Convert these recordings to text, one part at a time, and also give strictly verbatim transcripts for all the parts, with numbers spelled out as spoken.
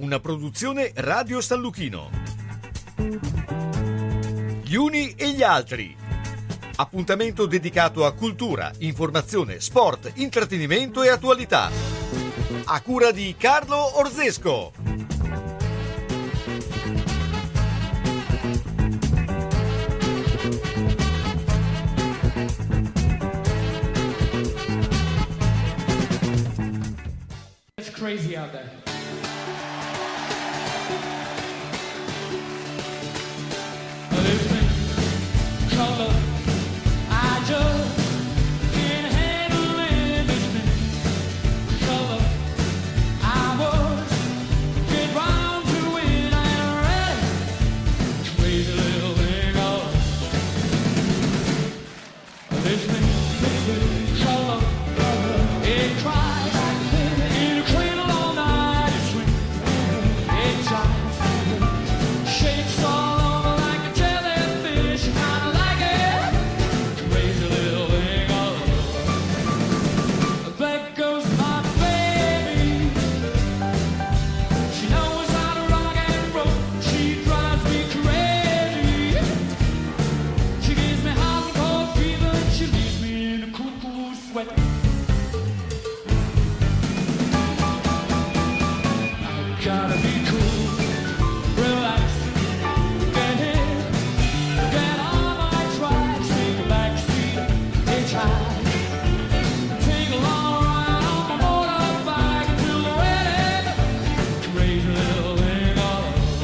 una produzione Radio San Luchino. Gli uni e gli altri. Appuntamento dedicato a cultura, informazione, sport, intrattenimento e attualità. A cura di Carlo Orzesco. It's crazy out there. Color, I just can't handle living color. I was get round to it and ready. Crazy little thing of living color. It cries in a cradle all night. It swings, it jives, shakes all over like a jellyfish. Kinda like it, crazy little thing of love. There goes my baby. She knows how to rock and roll. She drives me crazy. She gives me hot and cold fever. She leaves me in a cool, cool sweat. Gotta be cool, relax, get in, get on my tracks, take a back seat, hitchhike, take a long ride on my motorbike until we're ready, crazy little thing of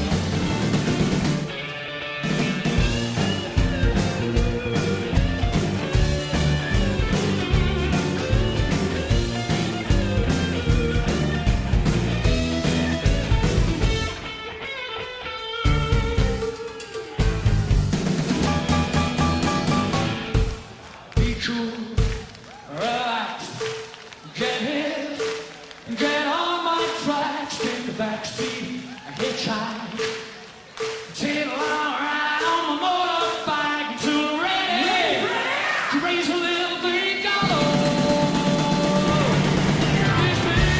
be cool, relax, get in, get on my tracks, take a back seat, hitchhike, take a long ride on my motorbike until we're ready, crazy little thing of this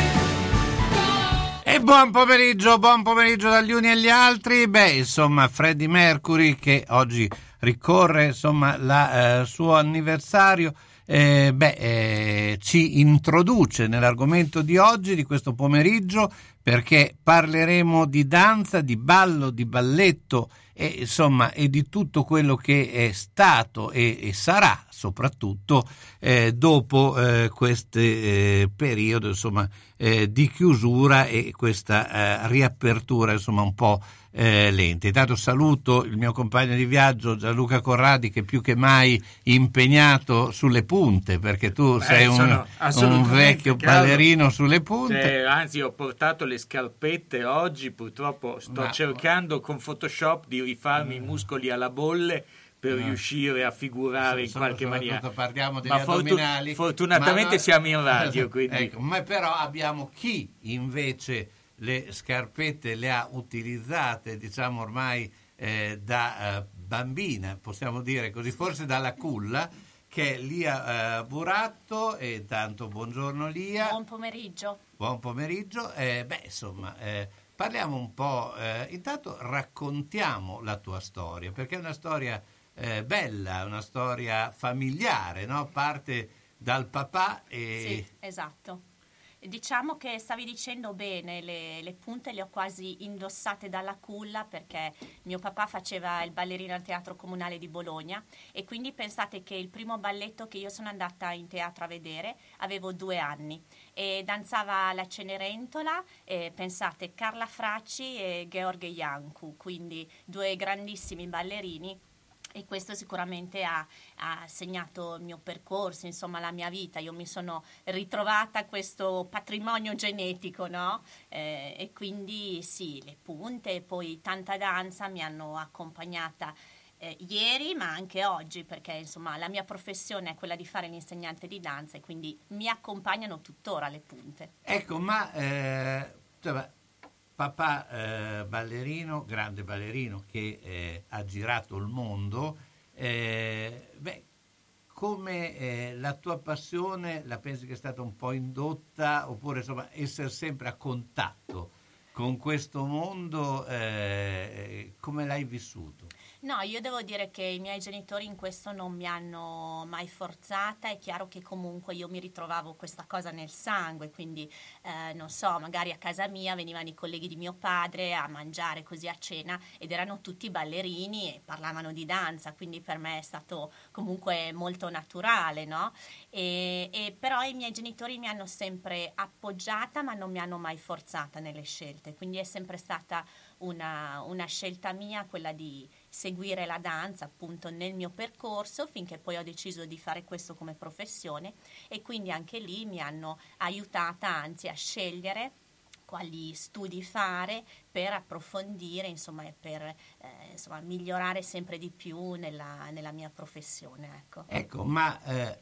thing of E buon pomeriggio, buon pomeriggio dagli uni agli altri. Beh, insomma, Freddie Mercury che oggi ricorre, insomma, la, eh, suo anniversario, eh, beh, eh, ci introduce nell'argomento di oggi, di questo pomeriggio, perché parleremo di danza, di ballo, di balletto e insomma e di tutto quello che è stato e, e sarà soprattutto eh, dopo eh, questo eh, periodo insomma eh, di chiusura e questa eh, riapertura insomma un po' eh, lenta. Intanto saluto il mio compagno di viaggio Gianluca Corradi, che più che mai impegnato sulle punte, perché tu Beh, sei un, un vecchio chiaro. ballerino sulle punte. Cioè, anzi, ho portato le scarpette oggi, purtroppo sto Ma- cercando con Photoshop di rifarmi i muscoli alla bolle per riuscire a figurare in Sono- qualche maniera. soprattutto parliamo degli Ma fortu- addominali. fortunatamente Ma- siamo in radio, quindi Ecco, ma però abbiamo chi invece le scarpette le ha utilizzate, diciamo ormai eh, da eh, bambina, possiamo dire così, forse dalla culla, che è Lia eh, Buratto. E tanto buongiorno Lia. Buon pomeriggio. Buon pomeriggio. Eh, beh, insomma, eh, parliamo un po', eh, intanto raccontiamo la tua storia, perché è una storia eh, bella, una storia familiare, no? Parte dal papà e... Sì, esatto. Diciamo che stavi dicendo bene, le, le punte le ho quasi indossate dalla culla, perché mio papà faceva il ballerino al Teatro Comunale di Bologna, e quindi pensate che il primo balletto che io sono andata in teatro a vedere avevo due anni e danzava la Cenerentola, e pensate Carla Fracci e Gheorghe Iancu, quindi due grandissimi ballerini. E questo sicuramente ha, ha segnato il mio percorso, insomma la mia vita. Io mi sono ritrovata a questo patrimonio genetico, no? Eh, e quindi sì, le punte e poi tanta danza mi hanno accompagnata eh, ieri, ma anche oggi, perché insomma la mia professione è quella di fare l'insegnante di danza e quindi mi accompagnano tuttora le punte. Ecco, ma eh, cioè, papà eh, ballerino, grande ballerino che eh, ha girato il mondo, eh, beh, come eh, la tua passione la pensi che è stata un po' indotta, oppure insomma essere sempre a contatto con questo mondo, eh, come l'hai vissuto? No, io devo dire che i miei genitori in questo non mi hanno mai forzata. È chiaro che comunque io mi ritrovavo questa cosa nel sangue, quindi eh, non so, magari a casa mia venivano i colleghi di mio padre a mangiare così a cena ed erano tutti ballerini e parlavano di danza, quindi per me è stato comunque molto naturale, no? E, e però i miei genitori mi hanno sempre appoggiata, ma non mi hanno mai forzata nelle scelte, quindi è sempre stata una, una scelta mia quella di seguire la danza appunto nel mio percorso, finché poi ho deciso di fare questo come professione, e quindi anche lì mi hanno aiutata anzi a scegliere quali studi fare per approfondire, insomma, e per eh, insomma, migliorare sempre di più nella, nella mia professione. Ecco, ecco ma eh,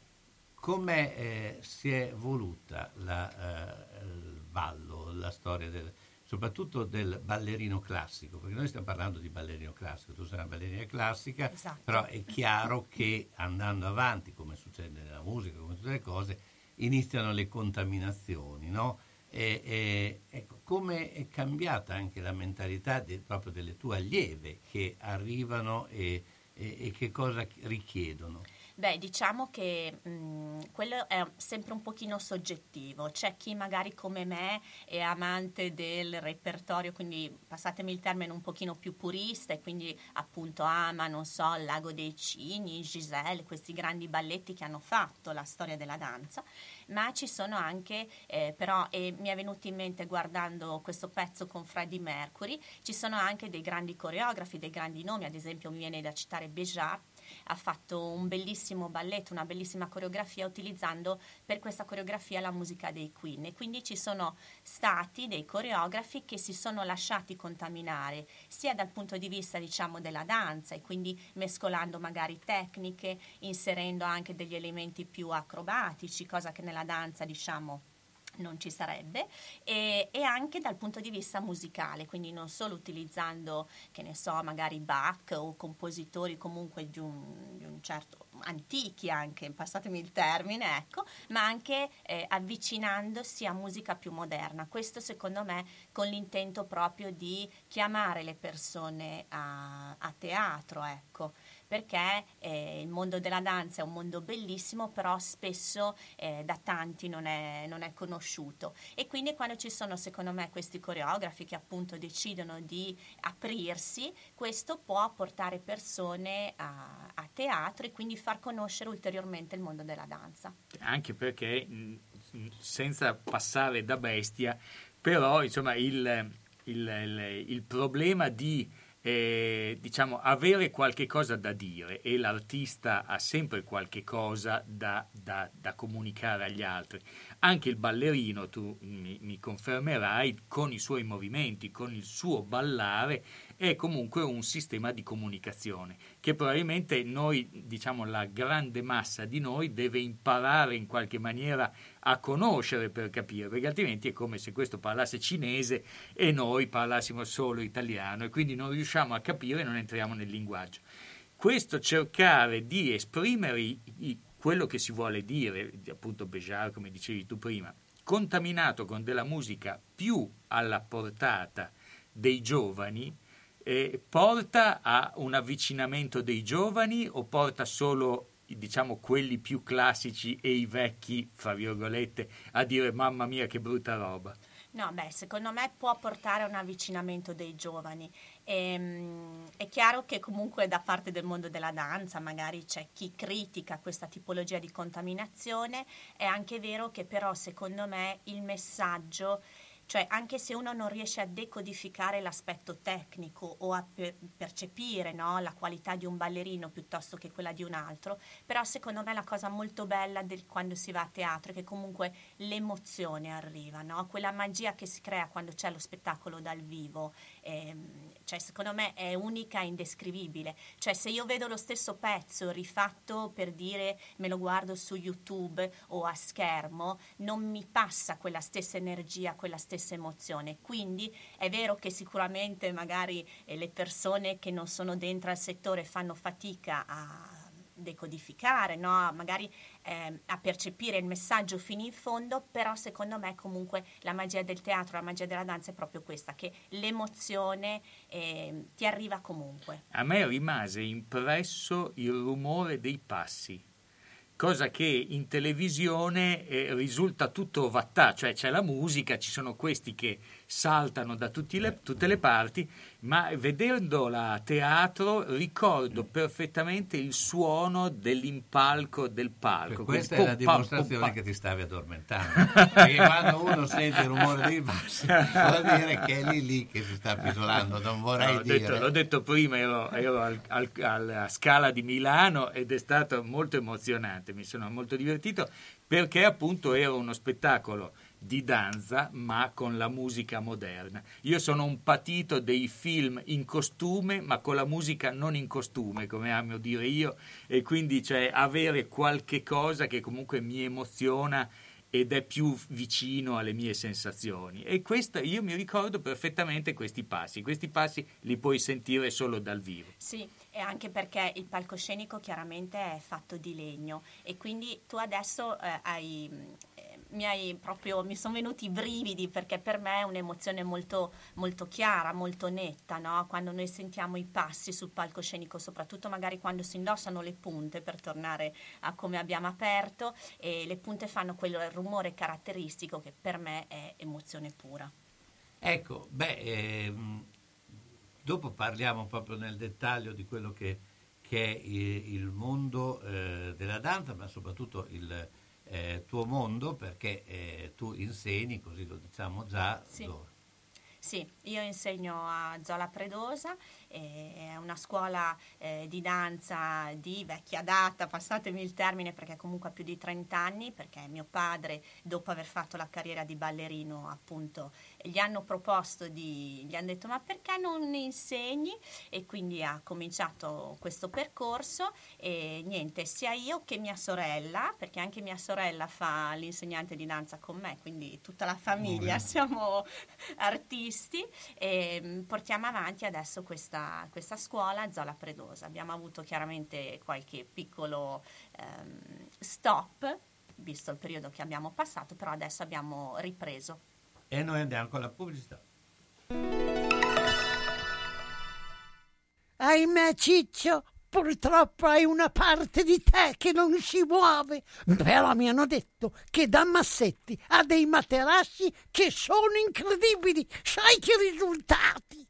come eh, si è voluta la, eh, il ballo, la storia del, soprattutto del ballerino classico, perché noi stiamo parlando di ballerino classico, tu sei una ballerina classica, esatto. Però è chiaro che andando avanti, come succede nella musica, come tutte le cose, iniziano le contaminazioni, no? E, e, ecco, come è cambiata anche la mentalità de, proprio delle tue allieve che arrivano e, e, e che cosa richiedono? Beh, diciamo che mh, quello è sempre un pochino soggettivo. C'è chi magari come me è amante del repertorio, quindi passatemi il termine un pochino più purista, e quindi appunto ama, non so, il Lago dei Cigni, Giselle, questi grandi balletti che hanno fatto la storia della danza. Ma ci sono anche, eh, però, e mi è venuto in mente guardando questo pezzo con Freddie Mercury, ci sono anche dei grandi coreografi, dei grandi nomi, ad esempio mi viene da citare Béjart, ha fatto un bellissimo balletto, una bellissima coreografia utilizzando per questa coreografia la musica dei Queen, e quindi ci sono stati dei coreografi che si sono lasciati contaminare sia dal punto di vista, diciamo, della danza, e quindi mescolando magari tecniche, inserendo anche degli elementi più acrobatici, cosa che nella danza, diciamo, non ci sarebbe, e, e anche dal punto di vista musicale, quindi non solo utilizzando, che ne so, magari Bach o compositori comunque di un, di un certo, antichi anche, passatemi il termine, ecco, ma anche eh, avvicinandosi a musica più moderna. Questo secondo me con l'intento proprio di chiamare le persone a, a teatro, ecco, perché eh, il mondo della danza è un mondo bellissimo, però spesso eh, da tanti non è, non è conosciuto, e quindi quando ci sono, secondo me, questi coreografi che appunto decidono di aprirsi, questo può portare persone a, a teatro e quindi far conoscere ulteriormente il mondo della danza. Anche perché, mh, senza passare da bestia, però insomma il, il, il, il problema di Eh, diciamo avere qualche cosa da dire, e l'artista ha sempre qualche cosa da, da, da comunicare agli altri. Anche il ballerino, tu mi, mi confermerai, con i suoi movimenti, con il suo ballare, è comunque un sistema di comunicazione che probabilmente noi, diciamo la grande massa di noi, deve imparare in qualche maniera a conoscere per capire, perché altrimenti è come se questo parlasse cinese e noi parlassimo solo italiano, e quindi non riusciamo a capire e non entriamo nel linguaggio. Questo cercare di esprimere i, i, quello che si vuole dire, appunto Béjart, come dicevi tu prima, contaminato con della musica più alla portata dei giovani, eh, porta a un avvicinamento dei giovani, o porta solo, diciamo, quelli più classici e i vecchi, fra virgolette, a dire mamma mia che brutta roba? No, beh, secondo me può portare a un avvicinamento dei giovani. Ehm, è chiaro che comunque da parte del mondo della danza magari c'è chi critica questa tipologia di contaminazione. È anche vero che però secondo me il messaggio, cioè anche se uno non riesce a decodificare l'aspetto tecnico o a per- percepire, no, la qualità di un ballerino piuttosto che quella di un altro, però secondo me la cosa molto bella del quando si va a teatro è che comunque l'emozione arriva, no? Quella magia che si crea quando c'è lo spettacolo dal vivo, ehm, cioè secondo me è unica e indescrivibile. Cioè se io vedo lo stesso pezzo rifatto, per dire, me lo guardo su YouTube o a schermo, non mi passa quella stessa energia, quella stessa emozione. Quindi è vero che sicuramente magari eh, le persone che non sono dentro al settore fanno fatica a decodificare, no? Magari eh, a percepire il messaggio fino in fondo, però secondo me comunque la magia del teatro, la magia della danza è proprio questa, che l'emozione eh, ti arriva comunque. A me rimase impresso il rumore dei passi, cosa che in televisione eh, risulta tutto vattà, cioè c'è la musica, ci sono questi che saltano da tutti le, tutte le parti, ma vedendola a teatro ricordo perfettamente il suono dell'impalco del palco. Questa quel è la pom, pam, dimostrazione pom, che ti stavi addormentando, perché quando uno sente il rumore dei passi vuol dire che è lì lì che si sta pisolando, non vorrei no, l'ho dire detto, l'ho detto prima, ero, ero al, al, alla Scala di Milano ed è stato molto emozionante, mi sono molto divertito perché appunto era uno spettacolo di danza ma con la musica moderna. Io sono un patito dei film in costume ma con la musica non in costume, come amo dire io, e quindi cioè avere qualche cosa che comunque mi emoziona ed è più vicino alle mie sensazioni. E questo, io mi ricordo perfettamente questi passi. Questi passi li puoi sentire solo dal vivo. Sì, e anche perché il palcoscenico chiaramente è fatto di legno e quindi tu adesso eh, hai... mi hai proprio mi sono venuti i brividi, perché per me è un'emozione molto molto chiara, molto netta, no? Quando noi sentiamo i passi sul palcoscenico, soprattutto magari quando si indossano le punte, per tornare a come abbiamo aperto, e le punte fanno quel rumore caratteristico che per me è emozione pura. Ecco, beh, ehm, dopo parliamo proprio nel dettaglio di quello che, che è il, il mondo eh, della danza, ma soprattutto il Eh, tuo mondo, perché eh, tu insegni, così lo diciamo già. Sì. Dove? Sì, io insegno a Zola Predosa, eh, è una scuola eh, di danza di vecchia data, passatemi il termine perché comunque ha più di trenta anni, perché mio padre, dopo aver fatto la carriera di ballerino, appunto, gli hanno proposto di, gli hanno detto ma perché non insegni? E quindi ha cominciato questo percorso e niente, sia io che mia sorella, perché anche mia sorella fa l'insegnante di danza con me, quindi tutta la famiglia, oh, siamo artisti. E portiamo avanti adesso questa, questa scuola Zola Predosa. Abbiamo avuto chiaramente qualche piccolo ehm, stop, visto il periodo che abbiamo passato, però adesso abbiamo ripreso. E noi andiamo con la pubblicità. Ahimè, Ciccio, purtroppo hai una parte di te che non si muove, però mi hanno detto che da Massetti ha dei materassi che sono incredibili. Sai che risultati?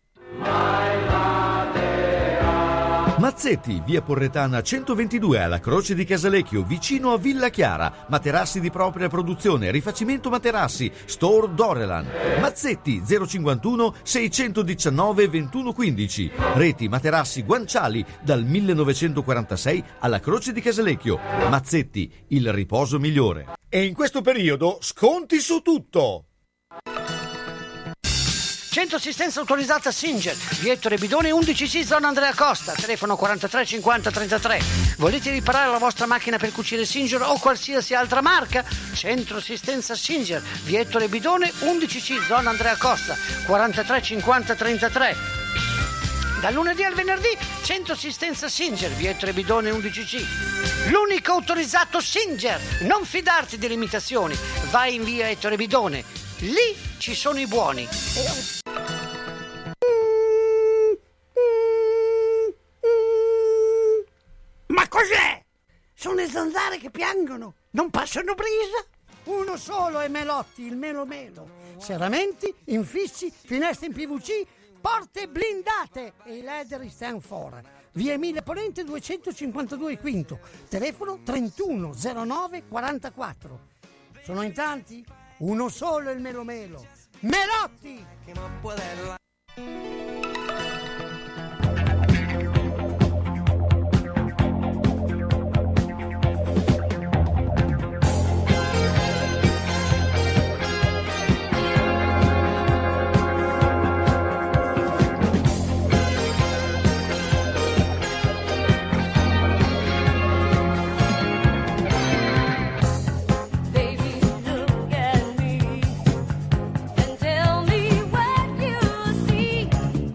Mazzetti, via Porretana centoventidue alla Croce di Casalecchio, vicino a Villa Chiara. Materassi di propria produzione, rifacimento materassi, Store Dorelan. Mazzetti zero cinquantuno seicentodiciannove ventuno quindici. Reti materassi guanciali dal millenovecentoquarantasei alla Croce di Casalecchio. Mazzetti, il riposo migliore. E in questo periodo sconti su tutto. Centro assistenza autorizzata Singer, via Ettore Bidone undici C, zona Andrea Costa, telefono quarantatré cinquanta trentatré. Volete riparare la vostra macchina per cucire Singer o qualsiasi altra marca? Centro assistenza Singer, via Ettore Bidone undici C, zona Andrea Costa, quarantatré cinquanta trentatré. Dal lunedì al venerdì, Centro assistenza Singer, via Ettore Bidone undici C. L'unico autorizzato Singer. Non fidarti delle imitazioni. Vai in via Ettore Bidone. Lì ci sono i buoni. Ma cos'è? Sono le zanzare che piangono, non passano brisa. Uno solo è Melotti, il Melo Melo. Serramenti, infissi, finestre in P V C, porte blindate e i leder stand for. Via Emile Ponente duecentocinquantadue Quinto, telefono trentuno zero nove quarantaquattro. Sono in tanti? Uno solo è il Melo Melo. Melotti! Tell me what you see.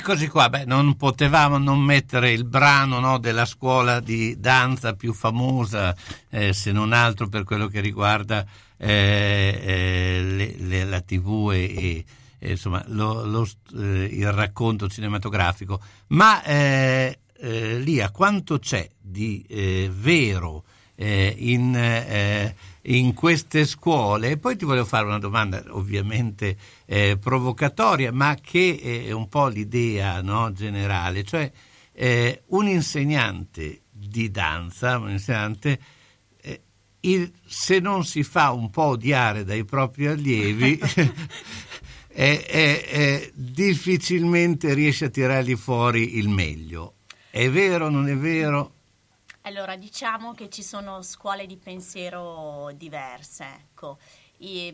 Eccoci qua, beh, non potevamo non mettere il brano, no, della scuola di danza più famosa, eh, se non altro per quello che riguarda eh, eh, le, le, la tivù e, e, e insomma lo, lo, eh, il racconto cinematografico. Ma eh, eh, Lia, quanto c'è di eh, vero eh, in, eh, in queste scuole? E poi ti volevo fare una domanda ovviamente eh, provocatoria, ma che è un po' l'idea, no, generale, cioè eh, un insegnante di danza, un insegnante eh, il, se non si fa un po' odiare dai propri allievi è, è, è, difficilmente riesce a tirargli fuori il meglio. È vero o non è vero? Allora, diciamo che ci sono scuole di pensiero diverse, ecco. E,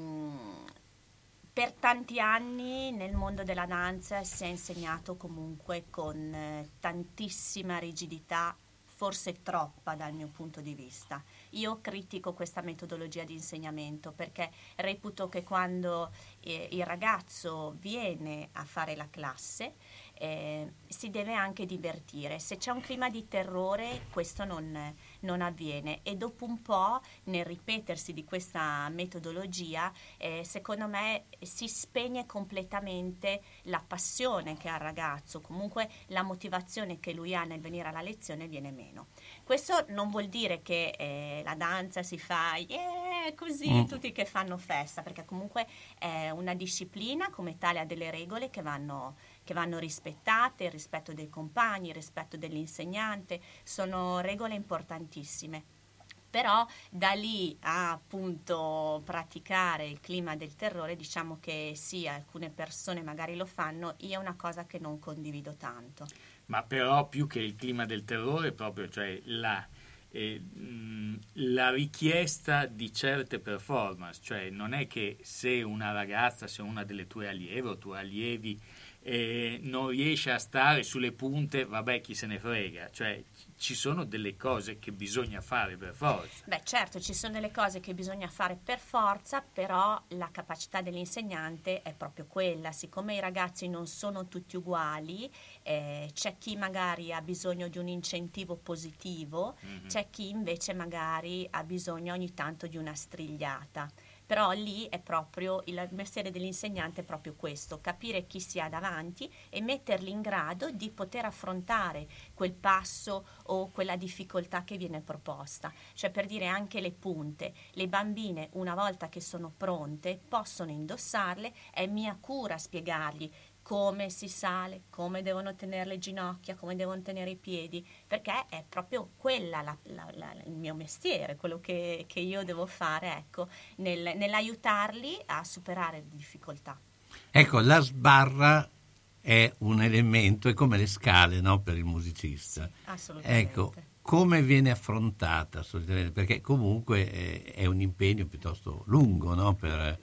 mh, per tanti anni nel mondo della danza si è insegnato comunque con eh, tantissima rigidità, forse troppa dal mio punto di vista. Io critico questa metodologia di insegnamento perché reputo che quando eh, il ragazzo viene a fare la classe eh, si deve anche divertire. Se c'è un clima di terrore questo non, non avviene, e dopo un po' nel ripetersi di questa metodologia eh, secondo me si spegne completamente la passione che ha il ragazzo, comunque la motivazione che lui ha nel venire alla lezione viene meno. Questo non vuol dire che eh, la danza si fa yeah, così, mm. tutti che fanno festa, perché comunque è una disciplina, come tale ha delle regole che vanno, che vanno rispettate, il rispetto dei compagni, il rispetto dell'insegnante, sono regole importantissime. Però da lì a appunto praticare il clima del terrore, diciamo che sì, alcune persone magari lo fanno, io è una cosa che non condivido tanto. Ma però più che il clima del terrore, proprio cioè la, eh, mh, la richiesta di certe performance, cioè non è che se una ragazza, se una delle tue allieve o tuoi allievi eh, non riesce a stare sulle punte, vabbè, chi se ne frega, cioè ci sono delle cose che bisogna fare per forza. Beh, certo, ci sono delle cose che bisogna fare per forza, però la capacità dell'insegnante è proprio quella. Siccome i ragazzi non sono tutti uguali, eh, c'è chi magari ha bisogno di un incentivo positivo, mm-hmm. c'è chi invece magari ha bisogno ogni tanto di una strigliata. Però lì è proprio il mestiere dell'insegnante è proprio questo, capire chi si ha davanti e metterli in grado di poter affrontare quel passo o quella difficoltà che viene proposta. Cioè, per dire, anche le punte, le bambine una volta che sono pronte possono indossarle, è mia cura spiegargli come si sale, come devono tenere le ginocchia, come devono tenere i piedi, perché è proprio quella la, la, la, il mio mestiere, quello che, che io devo fare, ecco, nel, nell'aiutarli a superare le difficoltà. Ecco, la sbarra è un elemento, è come le scale, no, per il musicista. Assolutamente. Ecco, come viene affrontata solitamente? Perché comunque è, è un impegno piuttosto lungo, no, per...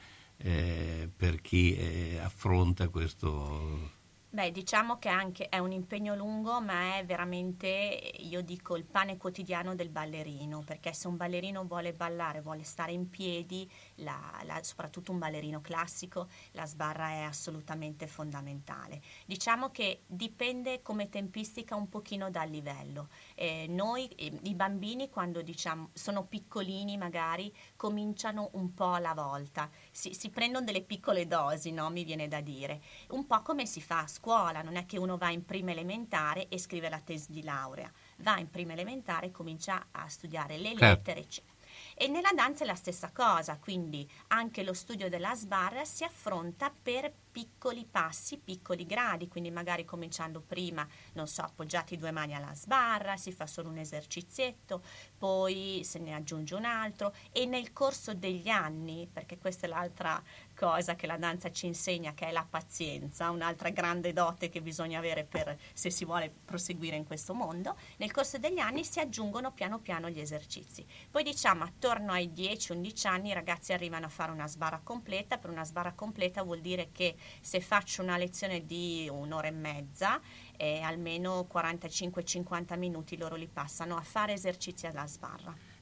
Eh, per chi eh, affronta questo. Beh, diciamo che anche è un impegno lungo, ma è veramente, io dico, il pane quotidiano del ballerino, perché se un ballerino vuole ballare, vuole stare in piedi, la, la, soprattutto un ballerino classico, la sbarra è assolutamente fondamentale. Diciamo che dipende come tempistica un pochino dal livello. Eh, noi, eh, i bambini, quando diciamo sono piccolini magari, cominciano un po' alla volta, si, si prendono delle piccole dosi, no? Mi viene da dire, un po' come si fa a scuola, non è che uno va in prima elementare e scrive la tesi di laurea, va in prima elementare e comincia a studiare le lettere, eccetera. E nella danza è la stessa cosa, quindi anche lo studio della sbarra si affronta per piccoli passi, piccoli gradi, quindi magari cominciando prima, non so, appoggiati due mani alla sbarra, si fa solo un esercizietto, poi se ne aggiunge un altro, e nel corso degli anni, perché questa è l'altra cosa che la danza ci insegna, che è la pazienza, un'altra grande dote che bisogna avere per se si vuole proseguire in questo mondo, nel corso degli anni si aggiungono piano piano gli esercizi. Poi diciamo attorno ai dieci undici anni i ragazzi arrivano a fare una sbarra completa. Per una sbarra completa vuol dire che se faccio una lezione di un'ora e mezza, eh, almeno quarantacinque cinquanta minuti loro li passano a fare esercizi alla sbarra.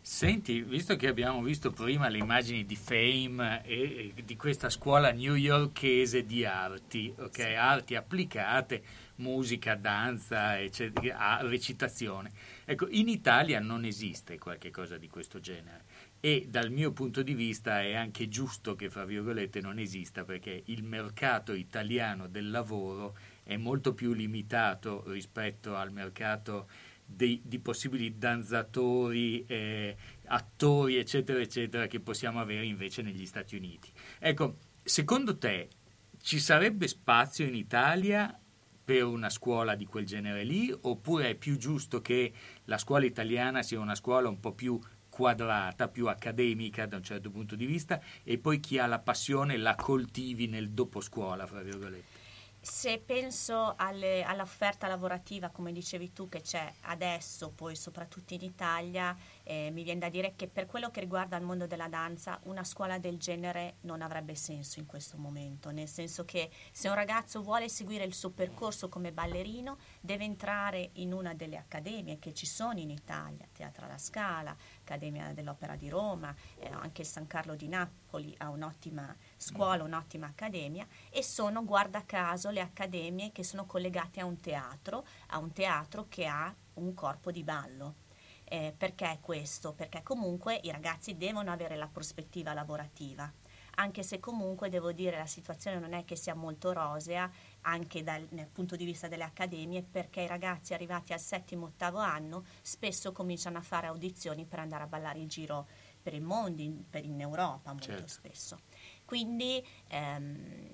Senti, visto che abbiamo visto prima le immagini di Fame e, e di questa scuola newyorkese di arti, ok, sì. arti applicate, musica, danza, eccetera, recitazione. Ecco, in Italia non esiste qualche cosa di questo genere e dal mio punto di vista è anche giusto che, fra virgolette, non esista, perché il mercato italiano del lavoro è molto più limitato rispetto al mercato Di, di possibili danzatori, eh, attori, eccetera, eccetera, che possiamo avere invece negli Stati Uniti. Ecco, secondo te ci sarebbe spazio in Italia per una scuola di quel genere lì, oppure è più giusto che la scuola italiana sia una scuola un po' più quadrata, più accademica da un certo punto di vista, e poi chi ha la passione la coltivi nel doposcuola, fra virgolette? Se penso alle, all'offerta lavorativa, come dicevi tu, che c'è adesso, poi soprattutto in Italia, eh, mi viene da dire che per quello che riguarda il mondo della danza, una scuola del genere non avrebbe senso in questo momento, nel senso che se un ragazzo vuole seguire il suo percorso come ballerino, deve entrare in una delle accademie che ci sono in Italia, Teatro alla Scala, Accademia dell'Opera di Roma, eh, anche il San Carlo di Napoli ha un'ottima scuola, un'ottima accademia, e sono, guarda caso, le accademie che sono collegate a un teatro, a un teatro che ha un corpo di ballo. Eh, perché questo? Perché comunque i ragazzi devono avere la prospettiva lavorativa, anche se comunque devo dire la situazione non è che sia molto rosea anche dal nel punto di vista delle accademie, perché i ragazzi arrivati al settimo ottavo anno spesso cominciano a fare audizioni per andare a ballare in giro per il mondo, in, per in Europa molto certo. spesso. Quindi ehm,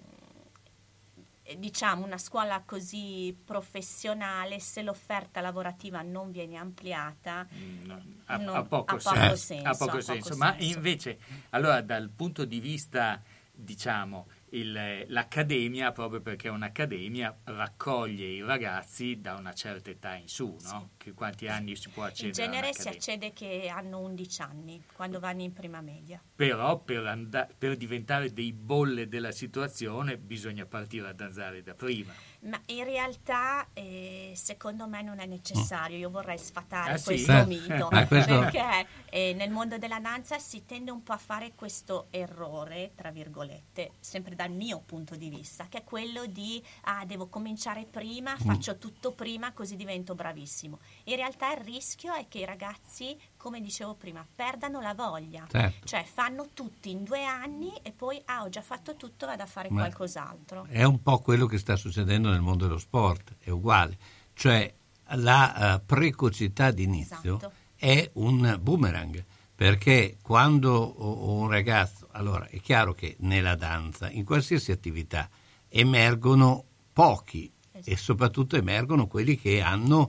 diciamo una scuola così professionale, se l'offerta lavorativa non viene ampliata, no, ha, non, ha poco, ha senso, poco senso, ha poco ha senso. poco Ma senso. invece, allora dal punto di vista, diciamo, il, l'accademia, proprio perché un'accademia raccoglie i ragazzi da una certa età in su, no? Sì. Che quanti anni si può accedere? In genere si all'accademia? accede che hanno undici anni, quando vanno in prima media. Però per, and- per diventare dei bolle della situazione bisogna partire a danzare da prima. Ma in realtà eh, secondo me non è necessario, io vorrei sfatare Ah, sì? questo Eh, mito, eh, questo- perché eh, nel mondo della danza si tende un po' a fare questo errore, tra virgolette, sempre dal mio punto di vista, che è quello di, ah, devo cominciare prima, faccio tutto prima, così divento bravissimo. In realtà il rischio è che i ragazzi, come dicevo prima, perdano la voglia, Certo. cioè fanno tutti in due anni e poi, ah, ho già fatto tutto, vado a fare Ma- qualcos'altro. È un po' quello che sta succedendo nel mondo dello sport, è uguale. Cioè la uh, precocità d'inizio Esatto. è un boomerang, perché quando un ragazzo, allora è chiaro che nella danza, in qualsiasi attività, emergono pochi Esatto. e soprattutto emergono quelli che hanno,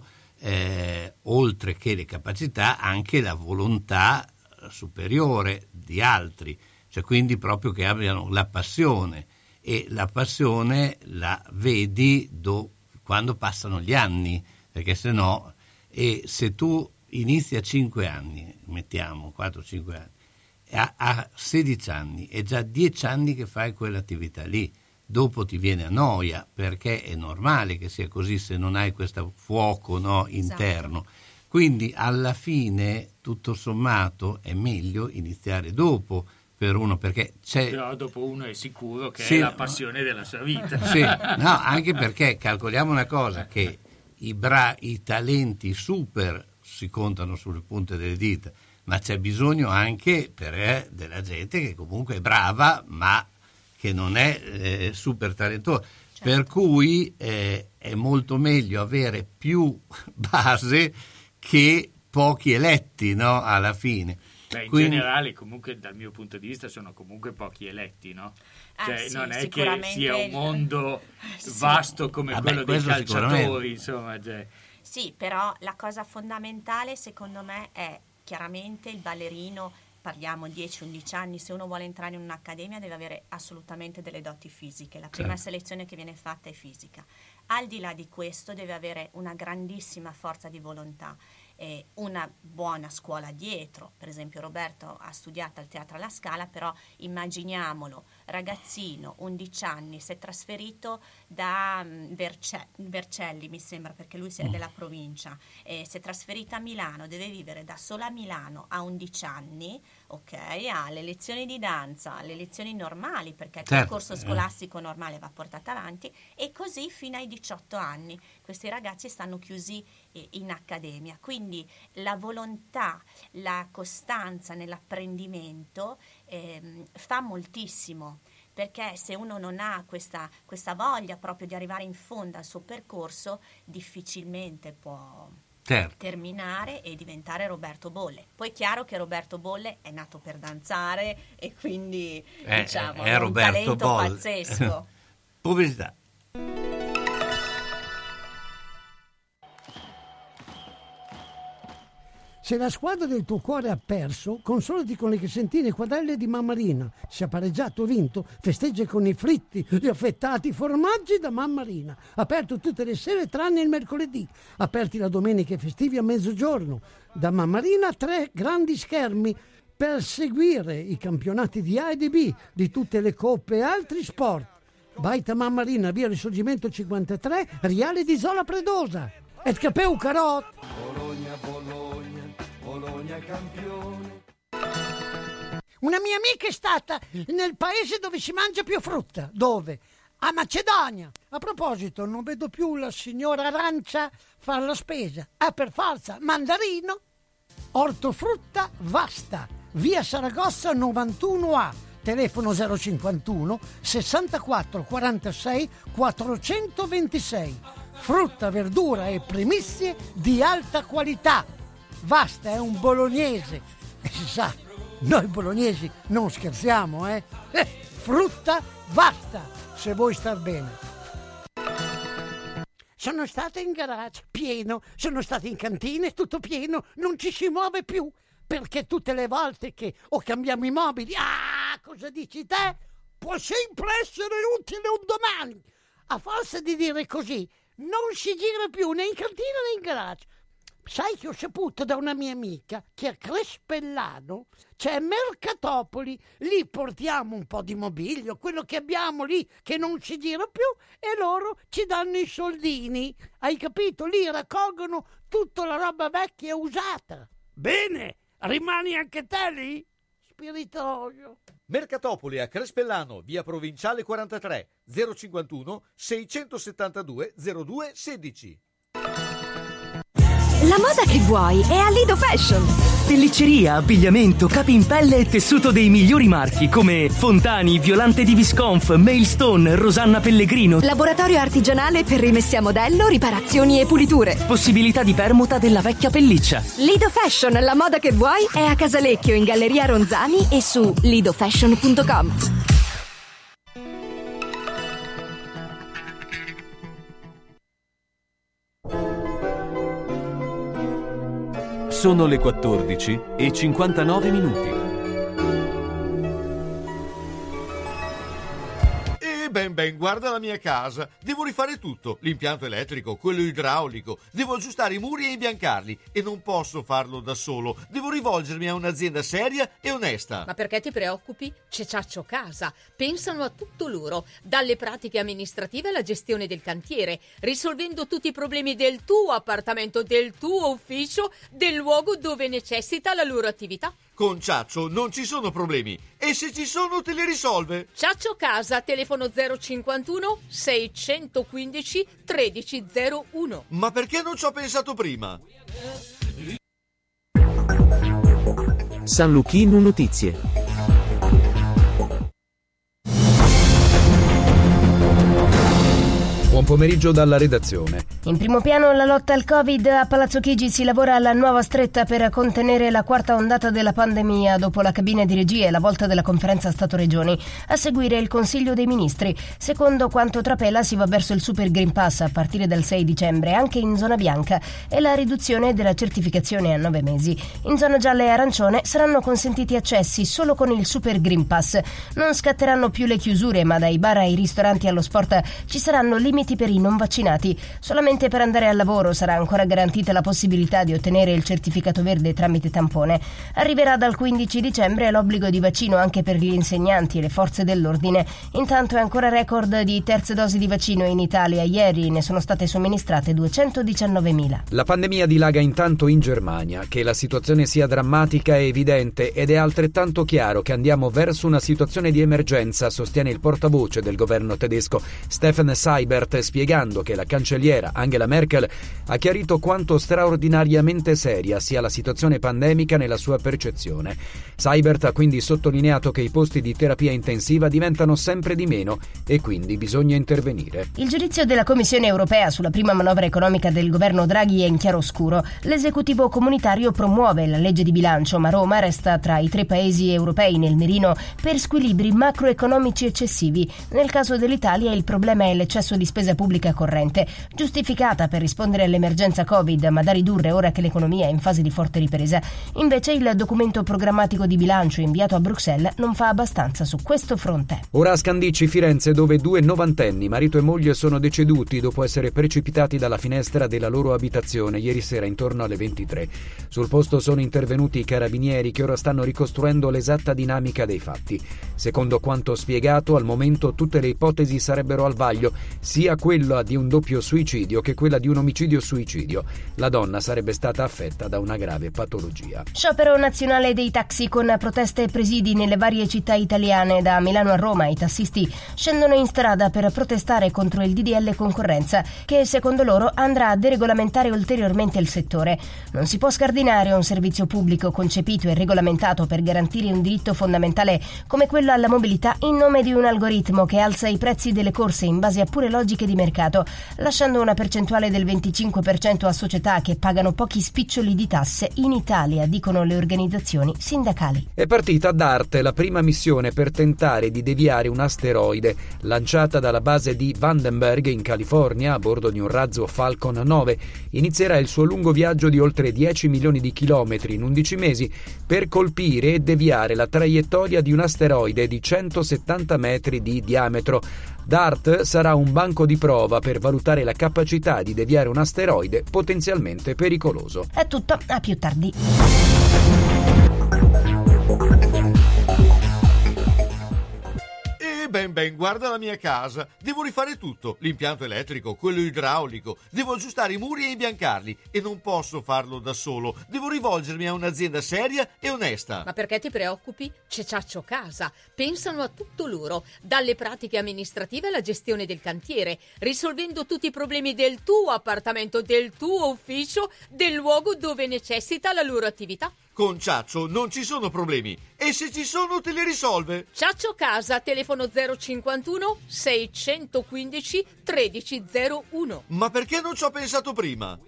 eh, oltre che le capacità, anche la volontà superiore di altri, cioè quindi proprio che abbiano la passione. E la passione la vedi do, quando passano gli anni, perché se no, e se tu inizi a cinque anni, mettiamo quattro cinque anni, a, a sedici anni è già dieci anni che fai quell'attività lì, dopo ti viene a noia, perché è normale che sia così se non hai questo fuoco, no, interno. Esatto. Quindi alla fine, tutto sommato, è meglio iniziare dopo, per uno, perché c'è... Però dopo uno è sicuro che Sì, è la passione della sua vita. Sì, no, anche perché calcoliamo una cosa, che i, bra- i talenti super si contano sulle punte delle dita, ma c'è bisogno anche per, eh, della gente che comunque è brava, ma che non è eh, super talentuosa. Certo. Per cui eh, è molto meglio avere più base che pochi eletti, no, alla fine. Beh, in Quindi- generale, comunque, dal mio punto di vista, sono comunque pochi eletti, no? Ah, Cioè, sì, non è che sicuramente sia un il- mondo Sì. vasto come Vabbè, quello dei questo calciatori, sicuramente. insomma. Cioè. Sì, però la cosa fondamentale secondo me è chiaramente il ballerino, parliamo dieci undici anni, se uno vuole entrare in un'accademia deve avere assolutamente delle doti fisiche, la prima Certo. selezione che viene fatta è fisica. Al di là di questo deve avere una grandissima forza di volontà, eh, una buona scuola dietro. Per esempio Roberto ha studiato al Teatro alla Scala, però immaginiamolo ragazzino, undici anni, si è trasferito da um, Verce- Vercelli, mi sembra, perché lui è della provincia, eh, si è trasferito a Milano, deve vivere da sola a Milano a undici anni, ok, ha le lezioni di danza, le lezioni normali, perché il Certo, corso scolastico normale va portato avanti, e così fino ai diciotto anni. Questi ragazzi stanno chiusi eh, in accademia, quindi la volontà, la costanza nell'apprendimento ehm, fa moltissimo, perché se uno non ha questa, questa voglia proprio di arrivare in fondo al suo percorso, difficilmente può Certo. terminare e diventare Roberto Bolle. Poi è chiaro che Roberto Bolle è nato per danzare e quindi È- diciamo è ha un Roberto talento Bolle. pazzesco. Pubblicità. Se la squadra del tuo cuore ha perso, consolati con le crescentine quadrelle di Mammarina. Se ha pareggiato o vinto, festeggia con i fritti, gli affettati formaggi da Mammarina. Aperto tutte le sere tranne il mercoledì. Aperti la domenica e festivi a mezzogiorno. Da Mammarina tre grandi schermi per seguire i campionati di A e di B, di tutte le coppe e altri sport. Baita Mammarina, via Risorgimento cinquantatré, Riale di Zola Predosa. Et capeu carot! Una mia amica è stata nel paese dove si mangia più frutta. Dove? A Macedonia. A proposito, non vedo più la signora Arancia fare la spesa. Ah, per forza, mandarino. Ortofrutta Vasta, via Saragossa novantuno A. Telefono zero cinquantuno sessantaquattro quarantasei quattrocentoventisei. Frutta, verdura e primizie di alta qualità. Vasta è un bolognese. E si sa, noi bolognesi non scherziamo, eh? eh frutta Vasta, se vuoi star bene. Sono stata in garage, pieno. Sono stata in cantina, tutto pieno. Non ci si muove più. Perché tutte le volte che o cambiamo i mobili, ah, cosa dici te? Può sempre essere utile un domani. A forza di dire così, non si gira più né in cantina né in garage. Sai che ho saputo da una mia amica che a Crespellano c'è Mercatopoli, lì portiamo un po' di mobilio, quello che abbiamo lì che non si gira più, e loro ci danno i soldini. Hai capito? Lì raccolgono tutta la roba vecchia e usata. Bene, rimani anche te lì? Spiritoso. Mercatopoli a Crespellano, via Provinciale quarantatré, zero cinquantuno seicentosettantadue zero due sedici. La moda che vuoi è a Lido Fashion. Pellicceria, abbigliamento, capi in pelle e tessuto dei migliori marchi come Fontani, Violante di Visconf, Mailstone, Rosanna Pellegrino. Laboratorio artigianale per rimessi a modello, riparazioni e puliture. Possibilità di permuta della vecchia pelliccia. Lido Fashion, la moda che vuoi è a Casalecchio in Galleria Ronzani e su lido fashion punto com. Sono le quattordici e cinquantanove minuti. E ben ben, guarda la mia casa. Devo rifare tutto, l'impianto elettrico, quello idraulico. Devo aggiustare i muri e imbiancarli. E non posso farlo da solo. Devo rivolgermi a un'azienda seria e onesta. Ma perché ti preoccupi? C'è Ciaccio Casa. Pensano a tutto loro, dalle pratiche amministrative alla gestione del cantiere, risolvendo tutti i problemi del tuo appartamento, del tuo ufficio, del luogo dove necessita la loro attività. Con Ciaccio non ci sono problemi. E se ci sono te li risolve. Ciaccio Casa, telefono zero cinquantuno seicentoquindici tredici zero uno. Ma perché non ci ho pensato prima? San Luchino Notizie. Buon pomeriggio dalla redazione. In primo piano la lotta al Covid. A Palazzo Chigi si lavora alla nuova stretta per contenere la quarta ondata della pandemia, dopo la cabina di regia e la volta della conferenza Stato-Regioni. A seguire il Consiglio dei Ministri. Secondo quanto trapela si va verso il Super Green Pass a partire dal sei dicembre anche in zona bianca e la riduzione della certificazione a nove mesi. In zona gialla e arancione saranno consentiti accessi solo con il Super Green Pass. Non scatteranno più le chiusure, ma dai bar ai ristoranti allo sport ci saranno limiti per i non vaccinati. Solamente Solamente per andare al lavoro sarà ancora garantita la possibilità di ottenere il certificato verde tramite tampone. Arriverà dal quindici dicembre l'obbligo di vaccino anche per gli insegnanti e le forze dell'ordine. Intanto è ancora record di terze dosi di vaccino in Italia. Ieri ne sono state somministrate duecentodiciannovemila. La pandemia dilaga intanto in Germania. Che la situazione sia drammatica è evidente ed è altrettanto chiaro che andiamo verso una situazione di emergenza, sostiene il portavoce del governo tedesco Steffen Seibert, spiegando che la cancelliera Angela Merkel ha chiarito quanto straordinariamente seria sia la situazione pandemica nella sua percezione. Seibert ha quindi sottolineato che i posti di terapia intensiva diventano sempre di meno e quindi bisogna intervenire. Il giudizio della Commissione europea sulla prima manovra economica del governo Draghi è in chiaroscuro. L'esecutivo comunitario promuove la legge di bilancio, ma Roma resta tra i tre paesi europei nel mirino per squilibri macroeconomici eccessivi. Nel caso dell'Italia il problema è l'eccesso di spesa pubblica corrente, giustificata per rispondere all'emergenza Covid, ma da ridurre ora che l'economia è in fase di forte ripresa. Invece il documento programmatico di bilancio inviato a Bruxelles non fa abbastanza su questo fronte. Ora a Scandicci, Firenze, dove due novantenni, marito e moglie, sono deceduti dopo essere precipitati dalla finestra della loro abitazione ieri sera intorno alle ventitré. Sul posto sono intervenuti i carabinieri che ora stanno ricostruendo l'esatta dinamica dei fatti. Secondo quanto spiegato, al momento tutte le ipotesi sarebbero al vaglio, sia quella di un doppio suicidio che quella di un omicidio-suicidio. La donna sarebbe stata affetta da una grave patologia. Sciopero nazionale dei taxi con proteste e presidi nelle varie città italiane. Da Milano a Roma i tassisti scendono in strada per protestare contro il D D L concorrenza, che secondo loro andrà a deregolamentare ulteriormente il settore. Non si può scardinare un servizio pubblico concepito e regolamentato per garantire un diritto fondamentale come quello alla mobilità in nome di un algoritmo che alza i prezzi delle corse in base a pure logiche di mercato, lasciando una percentuale del venticinque per cento a società che pagano pochi spiccioli di tasse in Italia, dicono le organizzazioni sindacali. È partita DART, la prima missione per tentare di deviare un asteroide, lanciata dalla base di Vandenberg in California a bordo di un razzo Falcon nove. Inizierà il suo lungo viaggio di oltre dieci milioni di chilometri in undici mesi per colpire e deviare la traiettoria di un asteroide di centosettanta metri di diametro. DART sarà un banco di prova per valutare la capacità di deviare un asteroide potenzialmente pericoloso. È tutto, a più tardi. E ben ben, guarda la mia casa. Devo rifare tutto, l'impianto elettrico, quello idraulico. Devo aggiustare i muri e imbiancarli e non posso farlo da solo. Devo rivolgermi a un'azienda seria e onesta. Ma perché ti preoccupi? C'è Ciaccio Casa. Pensano a tutto loro, dalle pratiche amministrative alla gestione del cantiere, risolvendo tutti i problemi del tuo appartamento, del tuo ufficio, del luogo dove necessita la loro attività. Con Ciaccio non ci sono problemi e se ci sono te li risolve. Ciaccio Casa, telefono zero cinquantuno seicentoquindici tredici zero uno. Ma perché non ci ho pensato prima?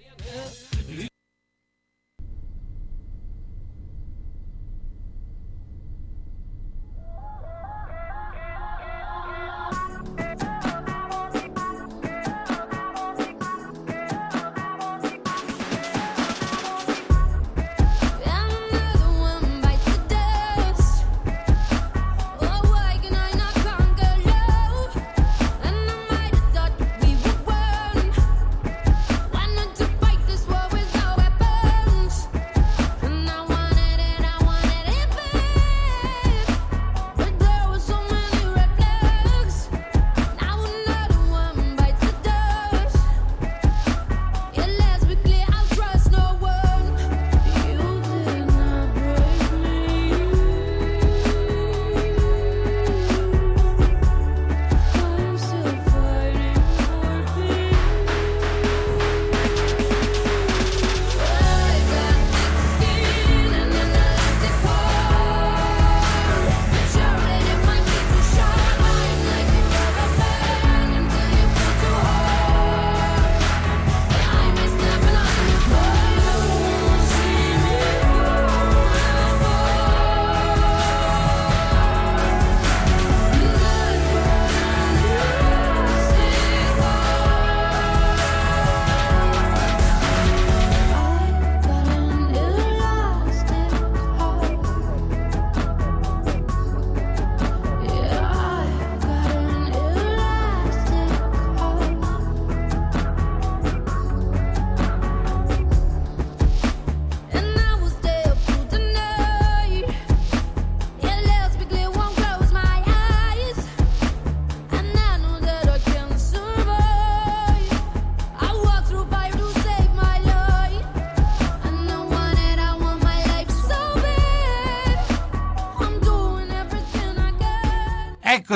This world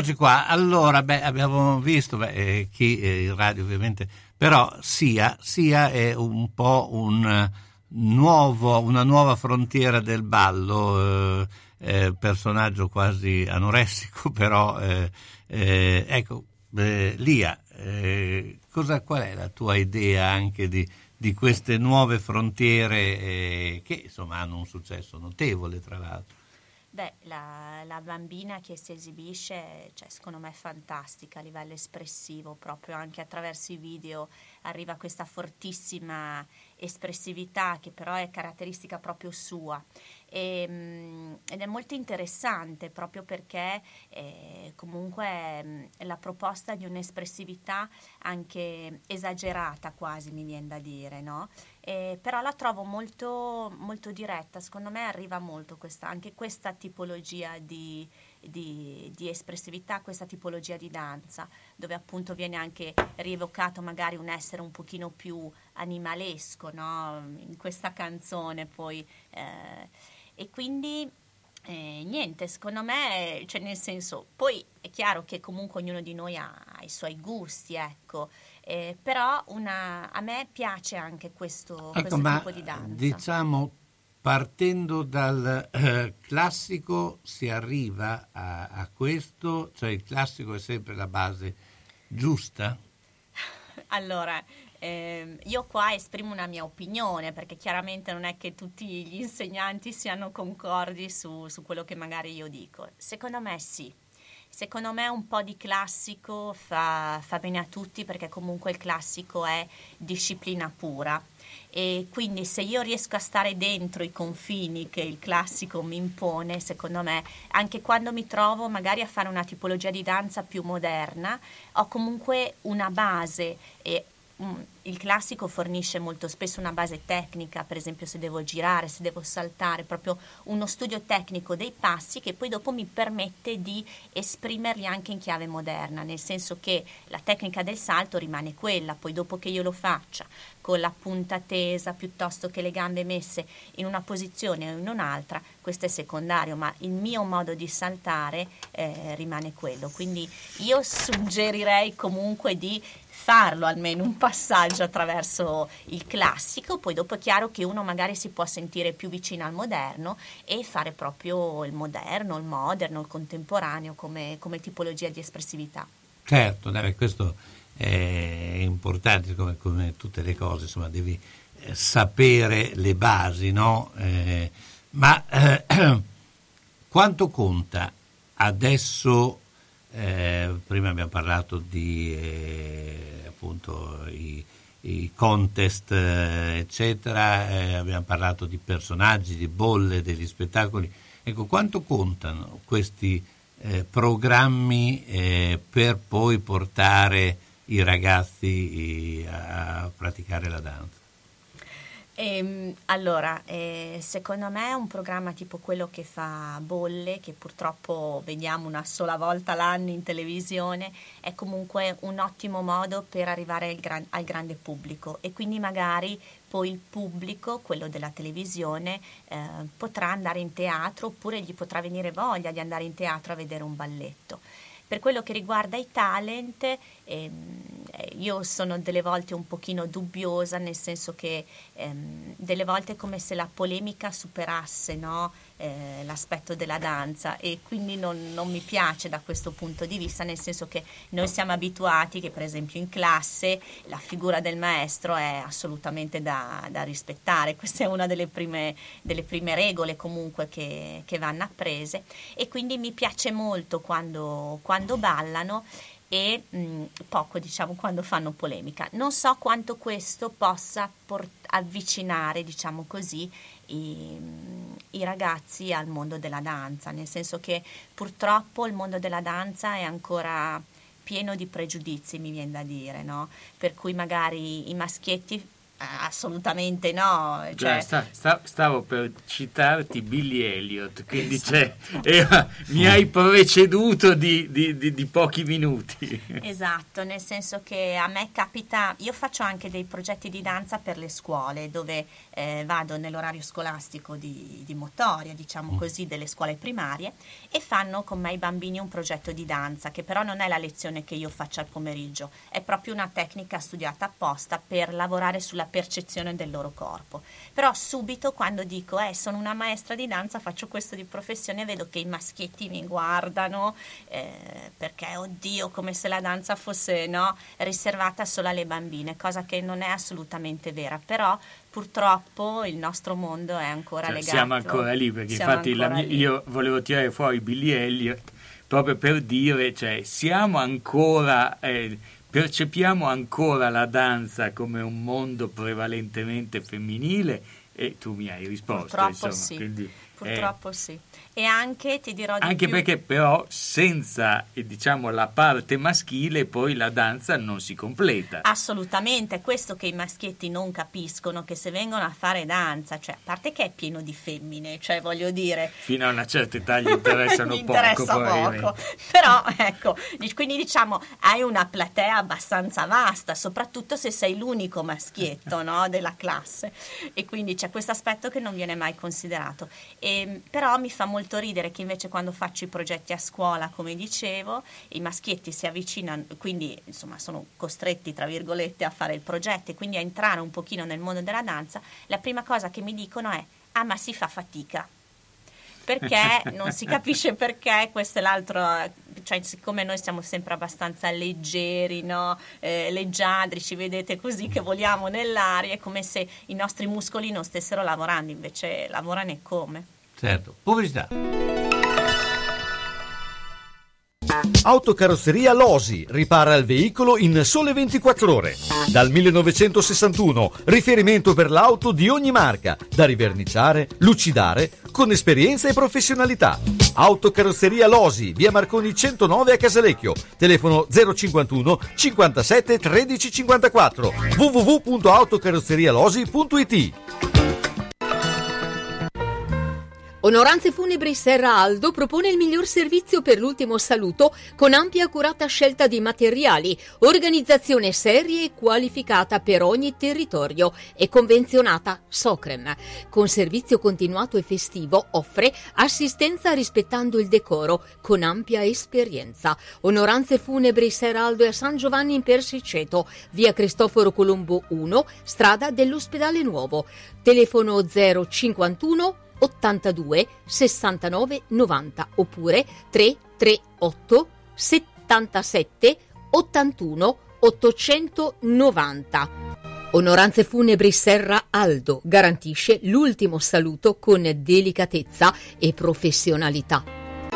Eccoci qua, allora beh, abbiamo visto beh, eh, chi eh, in radio ovviamente, però Sia, Sia è un po' un eh, nuovo, una nuova frontiera del ballo, eh, eh, personaggio quasi anoressico, però eh, eh, ecco, eh, Lia, eh, cosa, qual è la tua idea anche di, di queste nuove frontiere eh, che insomma hanno un successo notevole tra l'altro? Beh, la, la bambina che si esibisce, cioè, secondo me è fantastica a livello espressivo, proprio anche attraverso i video arriva questa fortissima espressività che però è caratteristica proprio sua. E, mh, ed è molto interessante proprio perché eh, comunque mh, la proposta di un'espressività anche esagerata quasi, mi viene da dire, no? Eh, però la trovo molto, molto diretta, secondo me arriva molto questa, anche questa tipologia di, di, di espressività, questa tipologia di danza, dove appunto viene anche rievocato magari un essere un pochino più animalesco, no? In questa canzone poi eh, e quindi eh, niente, secondo me, cioè nel senso, poi è chiaro che comunque ognuno di noi ha, ha i suoi gusti, ecco. Eh, però una, a me piace anche questo, ecco, questo ma, tipo di danza. Diciamo, partendo dal eh, classico si arriva a, a questo, cioè il classico è sempre la base giusta? Allora, ehm, io qua esprimo una mia opinione, perché chiaramente non è che tutti gli insegnanti siano concordi su, su quello che magari io dico. Secondo me sì. Secondo me un po' di classico fa, fa bene a tutti, perché comunque il classico è disciplina pura e quindi se io riesco a stare dentro i confini che il classico mi impone, secondo me, anche quando mi trovo magari a fare una tipologia di danza più moderna, ho comunque una base e il classico fornisce molto spesso una base tecnica, per esempio se devo girare, se devo saltare, proprio uno studio tecnico dei passi che poi dopo mi permette di esprimerli anche in chiave moderna, nel senso che la tecnica del salto rimane quella, poi dopo che io lo faccia con la punta tesa piuttosto che le gambe messe in una posizione o in un'altra, questo è secondario, ma il mio modo di saltare eh, rimane quello, quindi io suggerirei comunque di farlo almeno un passaggio attraverso il classico, poi dopo è chiaro che uno magari si può sentire più vicino al moderno e fare proprio il moderno, il moderno, il contemporaneo come, come tipologia di espressività. Certo, dai, questo è importante come, come tutte le cose, insomma devi eh, sapere le basi, no? Eh, ma eh, quanto conta adesso? Eh, prima abbiamo parlato di eh, appunto i, i contest eh, eccetera, eh, abbiamo parlato di personaggi, di bolle, degli spettacoli. Ecco, quanto contano questi eh, programmi eh, per poi portare i ragazzi a praticare la danza? Ehm, allora, eh, secondo me è un programma tipo quello che fa Bolle, che purtroppo vediamo una sola volta l'anno in televisione, è comunque un ottimo modo per arrivare al, gran- al grande pubblico e quindi magari poi il pubblico, quello della televisione, eh, potrà andare in teatro oppure gli potrà venire voglia di andare in teatro a vedere un balletto. Per quello che riguarda i talent, ehm, io sono delle volte un pochino dubbiosa, nel senso che ehm, delle volte è come se la polemica superasse, no? eh, l'aspetto della danza e quindi non, non mi piace da questo punto di vista, nel senso che noi siamo abituati che per esempio in classe la figura del maestro è assolutamente da, da rispettare, questa è una delle prime, delle prime regole comunque che, che vanno apprese e quindi mi piace molto quando, quando ballano e mh, poco diciamo quando fanno polemica. Non so quanto questo possa port- avvicinare, diciamo così, i, i ragazzi al mondo della danza, nel senso che purtroppo il mondo della danza è ancora pieno di pregiudizi, mi viene da dire, no? Per cui magari i maschietti assolutamente no. Cioè... Sta, sta, stavo per citarti Billy Elliot, quindi c'è, era, mi hai preceduto di, di, di, di pochi minuti. Esatto, nel senso che a me capita, io faccio anche dei progetti di danza per le scuole, dove eh, vado nell'orario scolastico di, di motoria, diciamo così, delle scuole primarie, e fanno con me i bambini un progetto di danza, che però non è la lezione che io faccio al pomeriggio, è proprio una tecnica studiata apposta per lavorare sulla percezione del loro corpo. Però subito quando dico eh sono una maestra di danza, faccio questo di professione, vedo che i maschietti mi guardano eh, perché oddio, come se la danza fosse no, riservata solo alle bambine, cosa che non è assolutamente vera. Però purtroppo il nostro mondo è ancora cioè, legato. Siamo ancora lì, perché siamo infatti la mia, lì. io volevo tirare fuori Billy Elliot proprio per dire, cioè siamo ancora eh, percepiamo ancora la danza come un mondo prevalentemente femminile, e tu mi hai risposto. Purtroppo insomma, sì, quindi, purtroppo eh, sì. E anche ti dirò di anche più. perché però senza eh, diciamo la parte maschile poi la danza non si completa. Assolutamente, è questo che i maschietti non capiscono, che se vengono a fare danza, cioè a parte che è pieno di femmine, cioè voglio dire Fino a una certa età gli interessano gli poco, interessa poco, però ecco, quindi diciamo hai una platea abbastanza vasta, soprattutto se sei l'unico maschietto no, della classe, e quindi c'è questo aspetto che non viene mai considerato. E, però mi fa molto ridere che invece quando faccio i progetti a scuola, come dicevo, i maschietti si avvicinano, quindi insomma sono costretti tra virgolette a fare il progetto e quindi a entrare un pochino nel mondo della danza. La prima cosa che mi dicono è ah ma si fa fatica, perché non si capisce perché. Questo è l'altro, cioè siccome noi siamo sempre abbastanza leggeri, no? eh, leggiadri, ci vedete così che voliamo nell'aria, è come se i nostri muscoli non stessero lavorando, invece lavorano e come. Certo, pubblicità. Autocarrozzeria Losi ripara il veicolo in sole ventiquattro ore. Dal millenovecentosessantuno, riferimento per l'auto di ogni marca, da riverniciare, lucidare, con esperienza e professionalità. Autocarrozzeria Losi, via Marconi centonove a Casalecchio, telefono zero cinquantuno cinquantasette tredici cinquantaquattro, w w w punto autocarrozzerialosi punto i t. Onoranze Funebri Serra Aldo propone il miglior servizio per l'ultimo saluto con ampia e accurata scelta di materiali, organizzazione seria e qualificata per ogni territorio e convenzionata Socrem. Con servizio continuato e festivo offre assistenza rispettando il decoro con ampia esperienza. Onoranze Funebri Serra Aldo è a San Giovanni in Persiceto, via Cristoforo Colombo uno, strada dell'Ospedale Nuovo. Telefono zero cinquantuno ottantadue sessantanove novanta oppure tre tre otto settantasette ottantuno ottocentonovanta. Onoranze Funebri Serra Aldo garantisce l'ultimo saluto con delicatezza e professionalità.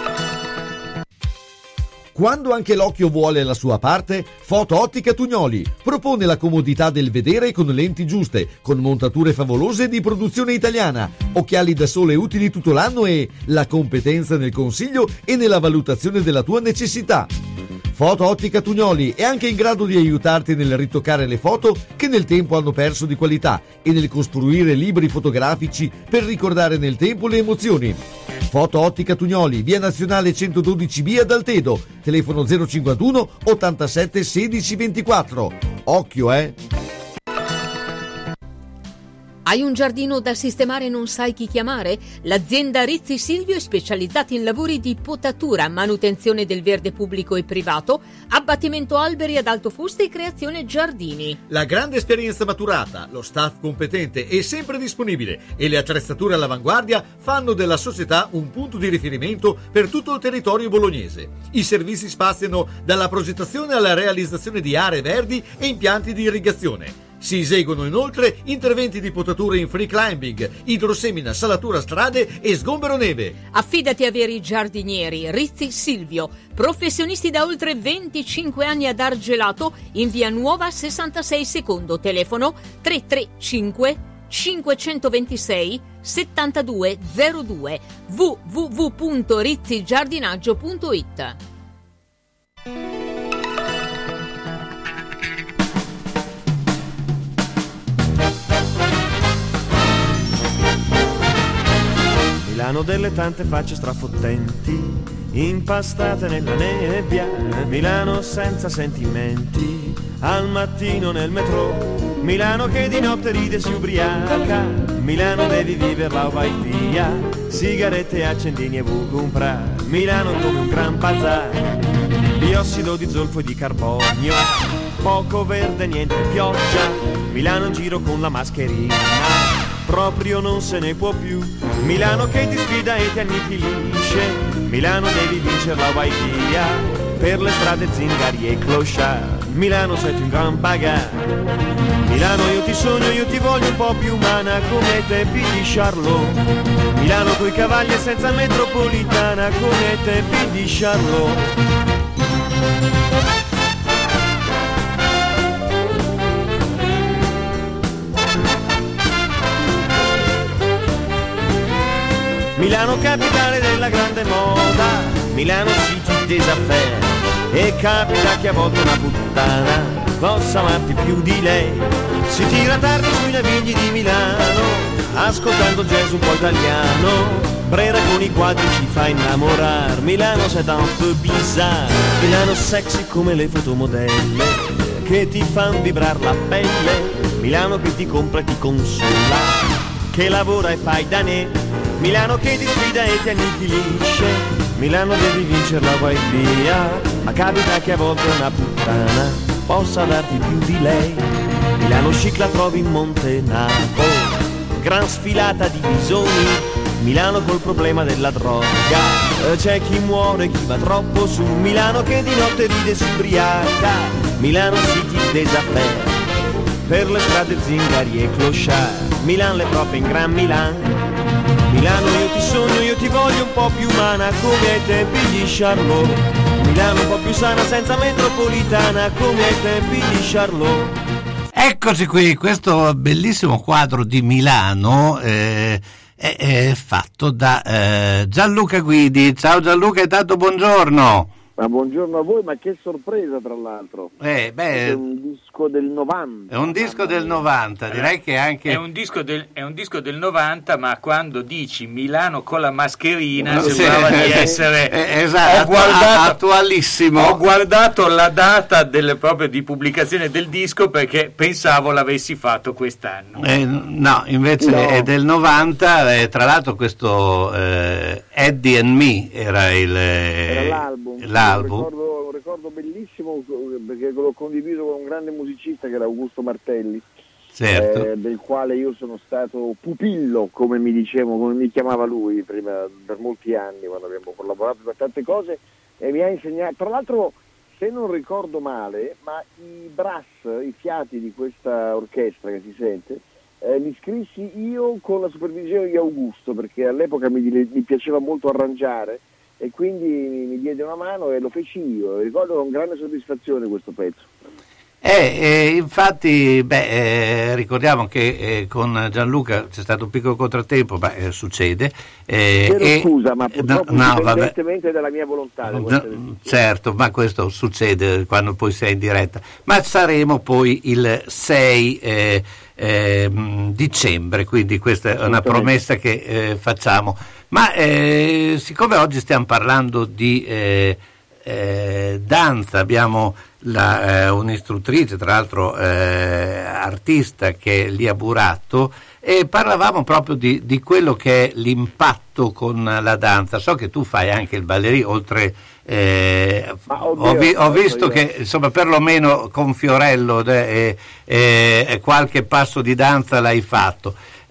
Quando anche l'occhio vuole la sua parte, Foto Ottica Tugnoli propone la comodità del vedere con lenti giuste, con montature favolose di produzione italiana, occhiali da sole utili tutto l'anno e la competenza nel consiglio e nella valutazione della tua necessità. Foto Ottica Tugnoli è anche in grado di aiutarti nel ritoccare le foto che nel tempo hanno perso di qualità e nel costruire libri fotografici per ricordare nel tempo le emozioni. Foto Ottica Tugnoli, via Nazionale centododici B ad Altedo, telefono zero cinquantuno ottantasette sedici ventiquattro. Occhio, eh! Hai un giardino da sistemare e non sai chi chiamare? L'azienda Rizzi Silvio è specializzata in lavori di potatura, manutenzione del verde pubblico e privato, abbattimento alberi ad alto fusto e creazione giardini. La grande esperienza maturata, lo staff competente e sempre disponibile e le attrezzature all'avanguardia fanno della società un punto di riferimento per tutto il territorio bolognese. I servizi spaziano dalla progettazione alla realizzazione di aree verdi e impianti di irrigazione. Si eseguono inoltre interventi di potatura in free climbing, idrosemina, salatura strade e sgombero neve. Affidati a veri giardinieri. Rizzi Silvio, professionisti da oltre venticinque anni ad Argelato, in via Nuova sessantasei secondo, telefono tre tre cinque cinquecentoventisei settantadue zero due, w w w punto rizzigiardinaggio punto i t. Milano delle tante facce strafottenti, impastate nella nebbia, Milano senza sentimenti, al mattino nel metro, Milano che di notte ride si ubriaca, Milano devi viverla o vai via, sigarette, accendini e vucumpra, Milano come un gran bazar, biossido di zolfo e di carbonio, poco verde, niente pioggia, Milano in giro con la mascherina, proprio non se ne può più, Milano che ti sfida e ti annichilisce, Milano devi vincerla o vai via, per le strade zingari e clochard, Milano sei un gran bagarre, Milano io ti sogno, io ti voglio un po' più umana come te di Charlot, Milano coi cavalli e senza metropolitana come te di Charlot. Milano capitale della grande moda, Milano city des affaires, e capita che a volte una puttana possa amarti più di lei, si tira tardi sui navigli di Milano, ascoltando jazz un po' italiano, Brera con i quadri ci fa innamorar, Milano c'est un peu bizarre, Milano sexy come le fotomodelle, che ti fan vibrar la pelle, Milano che ti compra e ti consola, che lavora e fai da ne, Milano che ti sfida e ti annichilisce, Milano devi vincerla vai via, ma capita che a volte una puttana possa darti più di lei, Milano chic la trovi in Montenapo, gran sfilata di bisogni, Milano col problema della droga, c'è chi muore, chi va troppo su, Milano che di notte ride e si ubriaca, Milano city des affaires, per le strade zingari e clochard, Milano le proprie in Gran Milano, Milano io ti sogno, io ti voglio un po' più umana come ai tempi di Charlot, Milano un po' più sana senza metropolitana come ai tempi di Charlot. Eccoci qui, questo bellissimo quadro di Milano eh, è, è fatto da eh, Gianluca Guidi. Ciao Gianluca, e tanto buongiorno. Ma buongiorno a voi, ma che sorpresa tra l'altro. Eh, beh, è un disco del novanta. È un disco del novanta, direi che anche... È un disco del, è un disco del novanta, ma quando dici Milano con la mascherina No, sembrava sì, di essere... eh, esatto, ho guardato, attualissimo. Ho guardato la data del, proprio di pubblicazione del disco perché pensavo l'avessi fatto quest'anno. Eh, no, invece No. è del novanta, eh, tra l'altro questo eh, Eddie and Me era il... Era l'album. l'album. Un ricordo, un ricordo bellissimo perché l'ho condiviso con un grande musicista che era Augusto Martelli, Certo. eh, del quale io sono stato pupillo, come mi dicevo, come mi chiamava lui prima, per molti anni, quando abbiamo collaborato per tante cose, e mi ha insegnato, tra l'altro, se non ricordo male, ma i brass, i fiati di questa orchestra che si sente, eh, li scrissi io con la supervisione di Augusto, perché all'epoca mi, mi piaceva molto arrangiare, e quindi mi diede una mano e lo feci io. Ricordo con grande soddisfazione questo pezzo. Eh, eh, infatti, beh, eh, ricordiamo che eh, con Gianluca c'è stato un piccolo contrattempo, ma eh, succede. Eh, Chiedo e, scusa, ma purtroppo no, no, vabbè. indipendentemente dalla mia volontà. devo essere No, certo, ma questo succede quando poi sei in diretta. Ma saremo poi il sei eh, eh, dicembre, quindi questa è una promessa che eh, facciamo. Ma eh, siccome oggi stiamo parlando di eh, eh, danza, abbiamo la, eh, un'istruttrice, tra l'altro eh, artista, che è Lia Burato, e parlavamo proprio di, di quello che è l'impatto con la danza. So che tu fai anche il ballerino, oltre eh, oddio, ho, vi, ho visto io- che insomma perlomeno con Fiorello eh, eh, eh, qualche passo di danza l'hai fatto.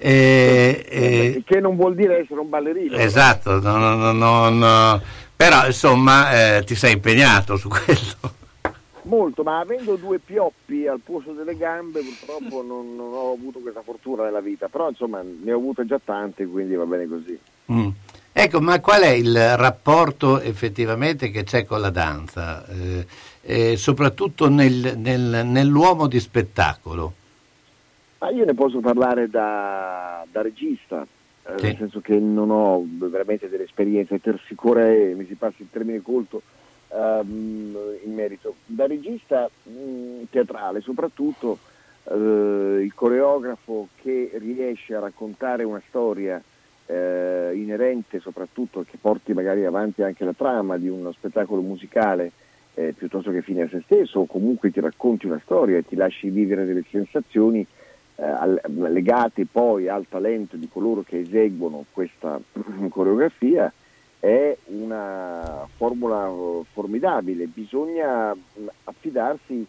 Eh, eh, che non vuol dire essere un ballerino. Esatto, no, no, no, no, no. Però insomma eh, ti sei impegnato su quello. Molto, ma avendo due pioppi al posto delle gambe purtroppo non, non ho avuto questa fortuna nella vita, però insomma ne ho avute già tante, quindi va bene così. Mm. Ecco, ma qual è il rapporto effettivamente che c'è con la danza, eh, eh, soprattutto nel, nel, nell'uomo di spettacolo? Ma io ne posso parlare da, da regista, eh, Sì. nel senso che non ho veramente delle esperienze tersicoree, mi si passi il termine colto, ehm, in merito. Da regista mh, teatrale soprattutto, eh, il coreografo che riesce a raccontare una storia eh, inerente soprattutto, che porti magari avanti anche la trama di uno spettacolo musicale eh, piuttosto che fine a se stesso, o comunque ti racconti una storia e ti lasci vivere delle sensazioni eh, al, legate poi al talento di coloro che eseguono questa coreografia, è una formula formidabile. Bisogna affidarsi,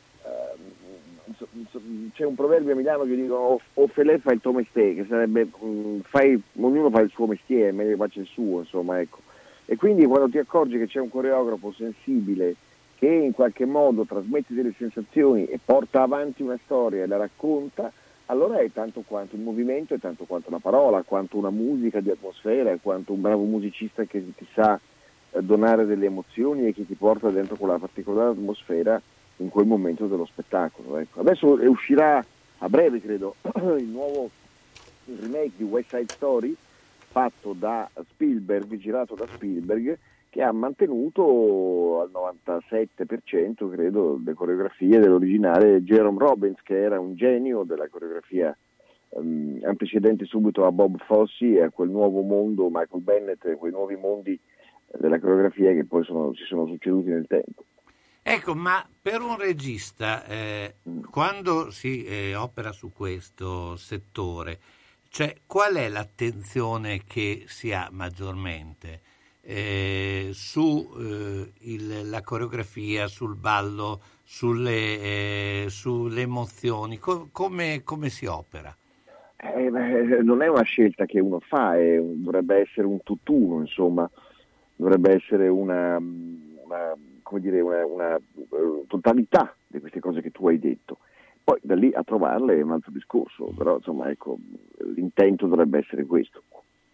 eh, c'è un proverbio a Milano che dicono o Felè fa il tuo mestiere, che sarebbe mh, fai, ognuno fa il suo mestiere, meglio che faccia il suo, insomma, ecco. E quindi quando ti accorgi che c'è un coreografo sensibile che in qualche modo trasmette delle sensazioni e porta avanti una storia e la racconta, allora è tanto quanto il movimento, è tanto quanto la parola, quanto una musica di atmosfera, quanto un bravo musicista che ti sa eh, donare delle emozioni e che ti porta dentro quella particolare atmosfera in quel momento dello spettacolo. Ecco. Adesso uscirà a breve, credo, il nuovo il remake di West Side Story, fatto da Spielberg, girato da Spielberg, che ha mantenuto al novantasette per cento, credo, le coreografie dell'originale Jerome Robbins, che era un genio della coreografia um, antecedente subito a Bob Fosse e a quel nuovo mondo, Michael Bennett, quei nuovi mondi della coreografia che poi sono, si sono succeduti nel tempo. Ecco, ma per un regista, eh, quando si eh, opera su questo settore, cioè qual è l'attenzione che si ha maggiormente? Eh, su eh, il, la coreografia, sul ballo, sulle, eh, sulle emozioni, Co- come, come si opera? Eh, beh, non è una scelta che uno fa, è, dovrebbe essere un tutt'uno, insomma, dovrebbe essere una, una, come dire, una, una uh, totalità di queste cose che tu hai detto. Poi da lì a trovarle è un altro discorso, però insomma, ecco, l'intento dovrebbe essere questo.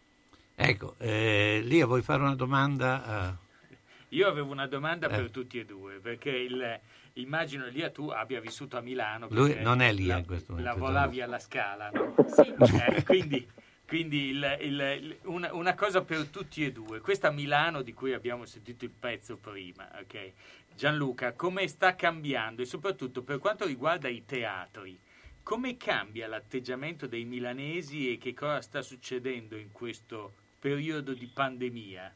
Ecco, eh, Lia, vuoi fare una domanda? Uh... Io avevo una domanda eh. per tutti e due, perché il, immagino, Lia, tu abbia vissuto a Milano. Lui non è Lia in questo momento. Lavoravi alla Scala, no? Sì. Eh, quindi quindi il, il, il, una, una cosa per tutti e due. Questa Milano di cui abbiamo sentito il pezzo prima, ok? Gianluca, come sta cambiando e soprattutto per quanto riguarda i teatri, come cambia l'atteggiamento dei milanesi e che cosa sta succedendo in questo periodo di pandemia?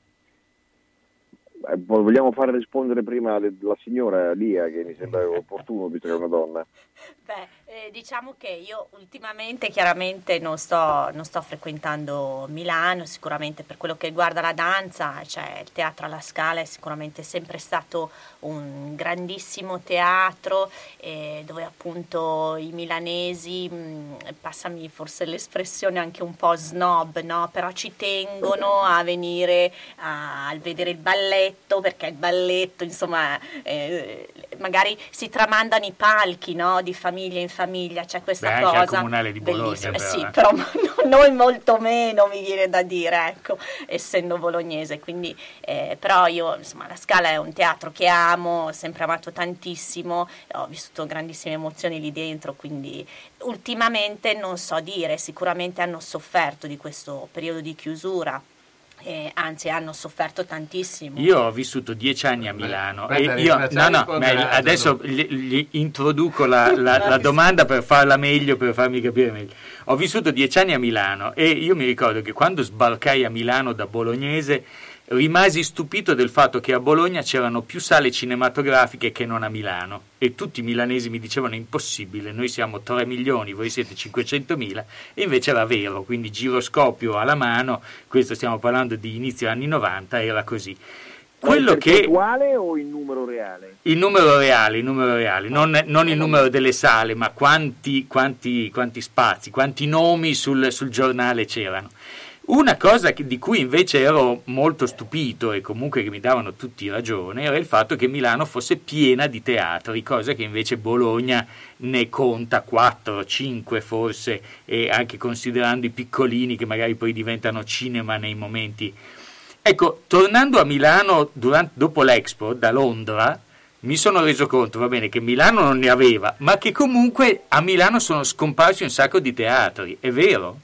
Eh, vogliamo fare rispondere prima la signora Lia, che mi sembra opportuno visto che è una donna. Beh, eh, diciamo che io ultimamente chiaramente non sto, non sto frequentando Milano, sicuramente per quello che riguarda la danza, cioè il Teatro alla Scala è sicuramente sempre stato un grandissimo teatro eh, dove appunto i milanesi, mh, passami forse l'espressione anche un po' snob, no? Però ci tengono a venire a, a vedere il balletto, perché il balletto insomma eh, magari si tramandano i palchi, no? Di famiglia in famiglia, c'è questa Beh, cosa anche al Comunale di Bologna, bellissima. però, Sì, eh. però noi molto meno, mi viene da dire, ecco, essendo bolognese, quindi eh, però io insomma la Scala è un teatro che amo, ho sempre amato tantissimo, ho vissuto grandissime emozioni lì dentro, quindi ultimamente non so dire, sicuramente hanno sofferto di questo periodo di chiusura. Eh, anzi hanno sofferto tantissimo. Io ho vissuto dieci anni a Milano Aspetta, e io no, no, ma risponderà, adesso gli, gli introduco la, la, la domanda per farla meglio, per farmi capire meglio. Ho vissuto dieci anni a Milano e io mi ricordo che quando sbarcai a Milano da bolognese rimasi stupito del fatto che a Bologna c'erano più sale cinematografiche che non a Milano e tutti i milanesi mi dicevano impossibile, noi siamo tre milioni, voi siete cinquecentomila, e invece era vero, quindi giroscopio alla mano, questo stiamo parlando di inizio anni novanta, era così. Quello Quello che percentuale o in numero reale? il numero reale, il numero reale, non, non il numero delle sale, ma quanti, quanti, quanti spazi, quanti nomi sul, sul giornale c'erano. Una cosa che, di cui invece ero molto stupito e comunque che mi davano tutti ragione era il fatto che Milano fosse piena di teatri, cosa che invece Bologna ne conta quattro, cinque forse, e anche considerando i piccolini che magari poi diventano cinema nei momenti. Ecco, tornando a Milano durante, dopo l'Expo da Londra, mi sono reso conto, va bene, che Milano non ne aveva, ma che comunque a Milano sono scomparsi un sacco di teatri, è vero?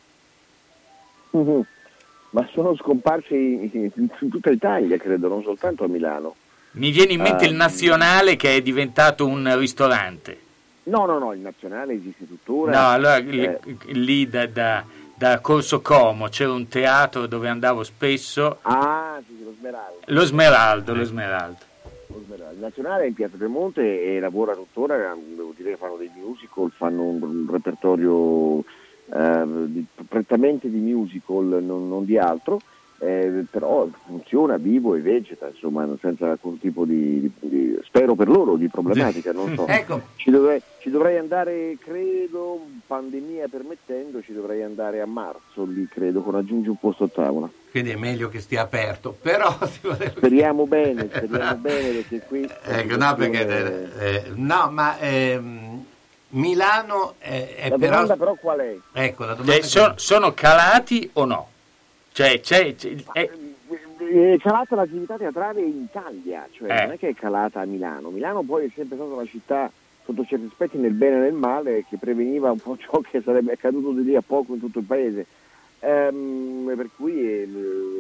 Mm-hmm. Ma sono scomparsi in, in tutta Italia, credo, non soltanto a Milano. Mi viene in mente uh, il Nazionale che è diventato un ristorante. No, no, no, il Nazionale esiste tuttora. No, allora eh. lì da, da, da Corso Como c'era un teatro dove andavo spesso. Ah, sì, lo Smeraldo. Lo Smeraldo, lo Smeraldo. Lo Smeraldo. Il Nazionale è in Piazza Piemonte e lavora tuttora, devo dire che fanno dei musical, fanno un, un repertorio eh, di, prettamente di musical, non, non di altro. Eh, però funziona, vivo e vegeta, insomma, senza alcun tipo di, di, di spero per loro di problematica, non so. Ecco. Ci dovrei, ci dovrei andare, credo, pandemia permettendo, ci dovrei andare a marzo lì, credo, con aggiungi un posto a tavola. Quindi è meglio che stia aperto, però speriamo bene, speriamo bene perché qui ecco, no, perché, eh, no, ma ehm, Milano è, è la però... domanda però qual è? Ecco, la domanda Cioè, sono, sono calati o no? Cioè, c'è, c'è, è... È calata l'attività teatrale in Italia, cioè Eh. non è che è calata a Milano. Milano poi è sempre stata una città sotto certi aspetti nel bene e nel male che preveniva un po' ciò che sarebbe accaduto di lì a poco in tutto il paese. Ehm, per cui eh,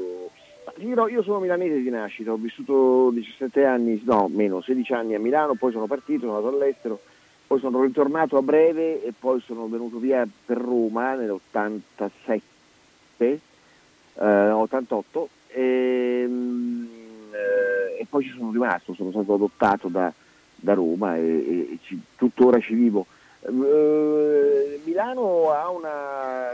io, io sono milanese di nascita, ho vissuto diciassette anni, no meno, sedici anni a Milano, poi sono partito, sono andato all'estero, poi sono ritornato a breve e poi sono venuto via per Roma nell'ottantasette. Uh, ottantotto e, uh, e poi ci sono rimasto, sono stato adottato da, da Roma e, e, e ci, tuttora ci vivo. Uh, Milano ha una,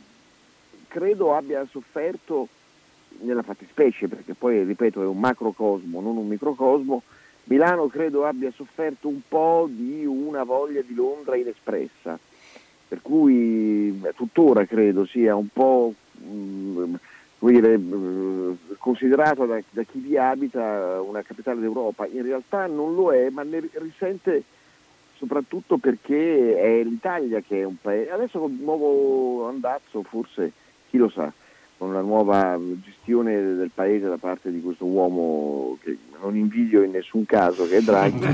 credo abbia sofferto nella fattispecie, perché poi ripeto è un macrocosmo, non un microcosmo. Milano credo abbia sofferto un po' di una voglia di Londra inespressa, per cui beh, tuttora credo sia un po' mh, dire, considerato da, da chi vi abita una capitale d'Europa. In realtà non lo è, ma ne risente soprattutto perché è l'Italia che è un paese. Adesso con il nuovo andazzo, forse, chi lo sa, con la nuova gestione del paese da parte di questo uomo che non invidio in nessun caso, che è Draghi,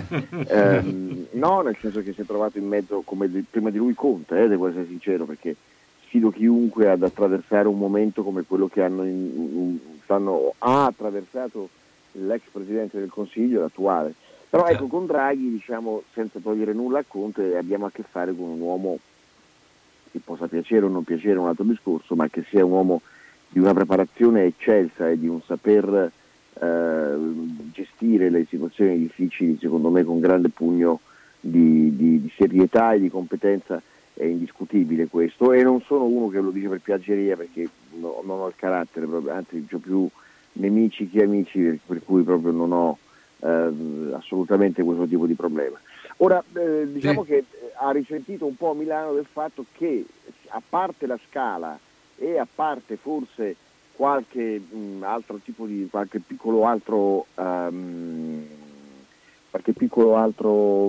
ehm, no, nel senso che si è trovato in mezzo, come di, prima di lui Conte, eh, devo essere sincero, perché sfido chiunque ad attraversare un momento come quello che hanno in, in, stanno, ha attraversato l'ex Presidente del Consiglio, l'attuale. Però ecco, con Draghi, diciamo, senza togliere nulla a Conte, abbiamo a che fare con un uomo che possa piacere o non piacere, un altro discorso, ma che sia un uomo di una preparazione eccelsa e di un saper eh, gestire le situazioni difficili, secondo me con grande pugno di, di, di serietà e di competenza. È indiscutibile questo, e non sono uno che lo dice per piaggeria, perché no, non ho il carattere proprio, anzi ho più nemici che amici, per, per cui proprio non ho eh, assolutamente questo tipo di problema. Ora eh, diciamo sì. che ha risentito un po' Milano del fatto che, a parte la Scala e a parte forse qualche mh, altro tipo di qualche piccolo altro um, qualche piccolo altro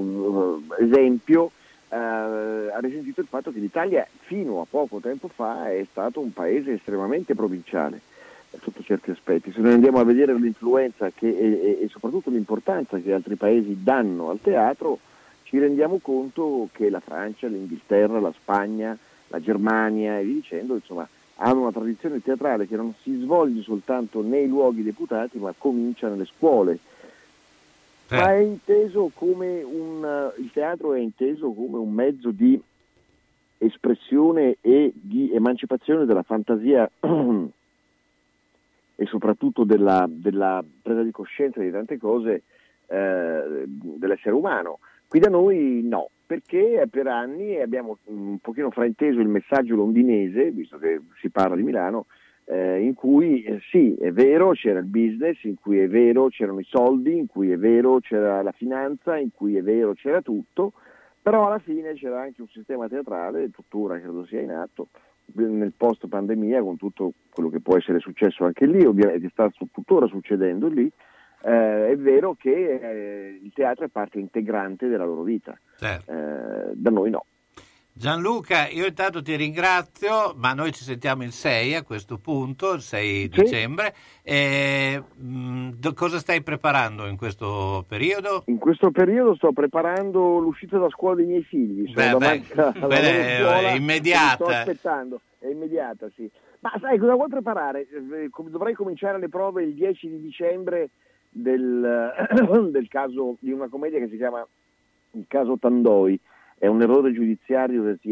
uh, esempio, Uh, ha risentito il fatto che l'Italia fino a poco tempo fa è stato un paese estremamente provinciale sotto certi aspetti. Se noi andiamo a vedere l'influenza che, e, e soprattutto l'importanza che altri paesi danno al teatro, ci rendiamo conto che la Francia, l'Inghilterra, la Spagna, la Germania e via dicendo, insomma, hanno una tradizione teatrale che non si svolge soltanto nei luoghi deputati, ma comincia nelle scuole. Ma è inteso come un, il teatro è inteso come un mezzo di espressione e di emancipazione della fantasia e soprattutto della, della presa di coscienza di tante cose eh, dell'essere umano. Qui da noi no, perché per anni abbiamo un pochino frainteso il messaggio londinese, visto che si parla di Milano, Eh, in cui eh, sì, è vero, c'era il business, in cui è vero c'erano i soldi, in cui è vero c'era la finanza, in cui è vero c'era tutto, però alla fine c'era anche un sistema teatrale, tuttora credo sia in atto, nel post pandemia, con tutto quello che può essere successo anche lì, ovviamente sta tuttora succedendo lì. Eh, è vero che eh, il teatro è parte integrante della loro vita, certo. eh, da noi no. Gianluca, io intanto ti ringrazio, ma noi ci sentiamo il sei a questo punto, il sei sì. dicembre. E, mh, cosa stai preparando in questo periodo? In questo periodo sto preparando l'uscita da scuola dei miei figli. Sono beh, beh, beh, scuola, è immediata. Sto aspettando, è immediata, sì. Ma sai cosa vuoi preparare? Dovrei cominciare le prove il dieci di dicembre del, del caso di una commedia che si chiama Il caso Tandoi. È un errore giudiziario che si è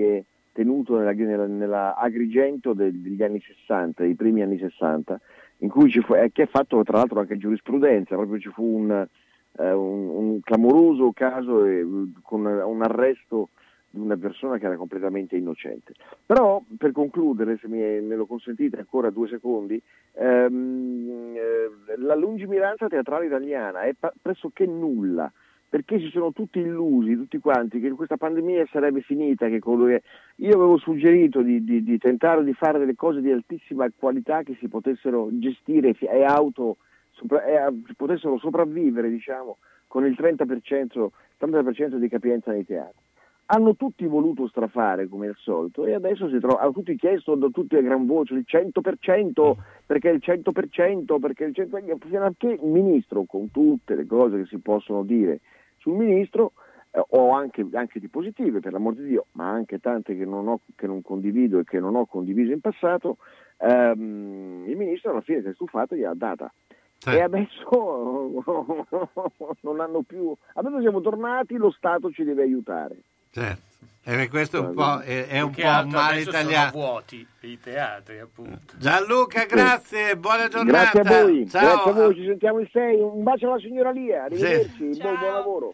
tenuto nella, nella, nella Agrigento del, degli anni sessanta, dei primi anni sessanta, in cui ci fu, eh, che ha fatto tra l'altro anche giurisprudenza, proprio ci fu un, eh, un, un clamoroso caso eh, con un arresto di una persona che era completamente innocente. Però, per concludere, se mi, me lo consentite ancora due secondi, ehm, eh, la lungimiranza teatrale italiana è pa- pressoché nulla, perché si sono tutti illusi, tutti quanti, che questa pandemia sarebbe finita, che colui... Io avevo suggerito di, di, di tentare di fare delle cose di altissima qualità che si potessero gestire e auto, sopra, e a, potessero sopravvivere, diciamo, con il trenta per cento, trenta per cento di capienza nei teatri. Hanno tutti voluto strafare come al solito e adesso si trova, hanno tutti chiesto da tutti a gran voce il cento per cento, perché il cento per cento, perché il cento per cento, fino a che il ministro, con tutte le cose che si possono dire sul ministro, eh, o anche, anche di positive per l'amor di Dio, ma anche tante che non, ho, che non condivido e che non ho condiviso in passato, ehm, il ministro alla fine si è stufato e gli ha data. Sì. E adesso non hanno più, adesso siamo tornati, lo Stato ci deve aiutare. Certo, e questo è un po', è, è un Che po' altro male adesso italiano. sono vuoti i teatri, appunto. Gianluca, grazie, buona giornata. Grazie a voi, Ciao. grazie a voi, ci sentiamo il sei, un bacio alla signora Lia, arrivederci, Sì. buon, buon lavoro.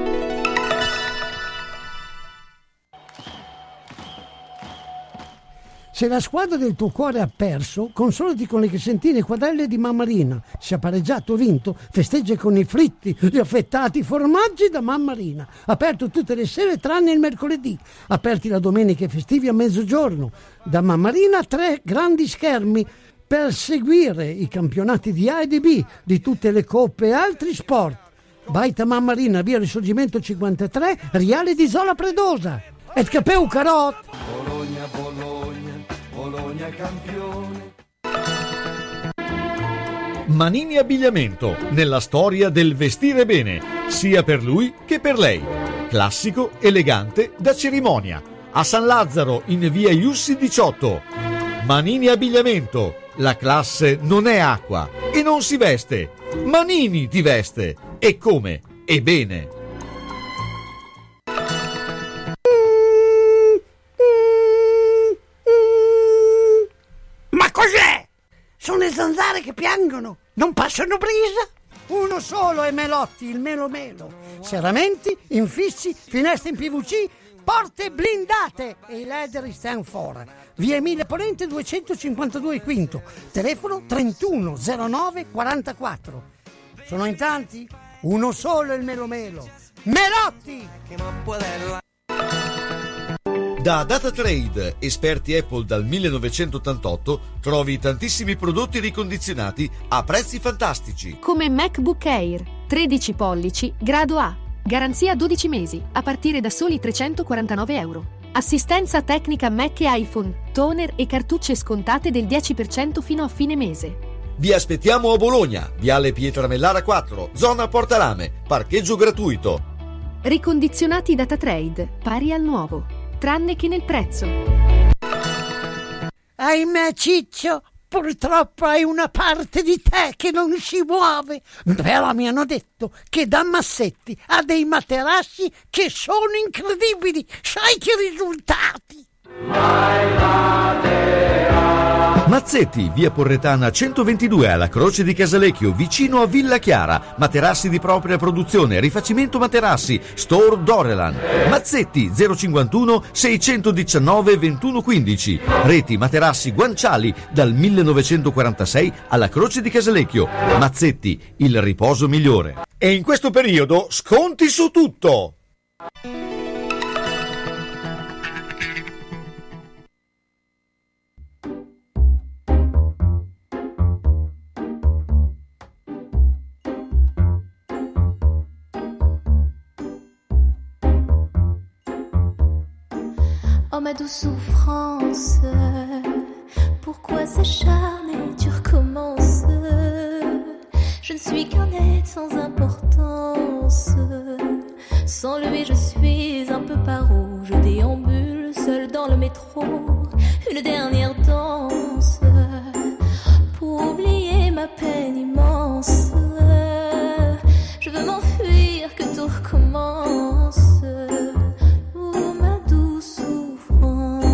Se la squadra del tuo cuore ha perso, consolati con le crescentine e quadrelle di Mammarina. Se ha pareggiato o vinto, festeggia con i fritti, gli affettati formaggi da Mammarina. Aperto tutte le sere tranne il mercoledì. Aperti la domenica e festivi a mezzogiorno. Da Mammarina tre grandi schermi per seguire i campionati di A e di B, di tutte le coppe e altri sport. Baita Mammarina, via Risorgimento cinquantatré, Riale di Zola Predosa. Et capeu carot! Bologna, Bologna, Bologna campione. Manini Abbigliamento, nella storia del vestire bene, sia per lui che per lei. Classico, elegante, da cerimonia. A San Lazzaro, in via Iussi diciotto. Manini Abbigliamento, la classe non è acqua e non si veste. Manini ti veste. E come? E bene. Ma cos'è? Sono le zanzare che piangono, non passano brisa. Uno solo è Melotti, il Melo Melo. Serramenti, infissi, finestre in P V C, porte blindate e i leder stand for. Via Emilia Ponente duecentocinquantadue Quinto, telefono trentuno zero nove quarantaquattro. Sono in tanti? Uno solo è il Melo Melo. Melotti! Da DataTrade, esperti Apple dal millenovecentottantotto, trovi tantissimi prodotti ricondizionati a prezzi fantastici. Come MacBook Air, tredici pollici, grado A. Garanzia dodici mesi, a partire da soli trecentoquarantanove euro. Assistenza tecnica Mac e iPhone, toner e cartucce scontate del dieci per cento fino a fine mese. Vi aspettiamo a Bologna, Viale Pietramellara quattro, zona Portalame, parcheggio gratuito. Ricondizionati DataTrade, pari al nuovo. Tranne che nel prezzo. Ahimè Ciccio, purtroppo hai una parte di te che non si muove. Però mi hanno detto che da Massetti ha dei materassi che sono incredibili. Sai che risultati? Mazzetti, via Porretana centoventidue alla Croce di Casalecchio, vicino a Villa Chiara. Materassi di propria produzione, rifacimento materassi, Store Dorelan. Mazzetti zero cinquantuno seicentodiciannove ventuno quindici. Reti materassi guanciali dal millenovecentoquarantasei alla Croce di Casalecchio. Mazzetti, il riposo migliore. E in questo periodo sconti su tutto. Oh ma douce souffrance, pourquoi s'acharner, tu recommences. Je ne suis qu'un être sans importance. Sans lui je suis un peu paro. Je déambule seul dans le métro. Une dernière danse pour oublier ma peine immense. Je veux m'enfuir, que tout recommence. Oh ma douce souffrance.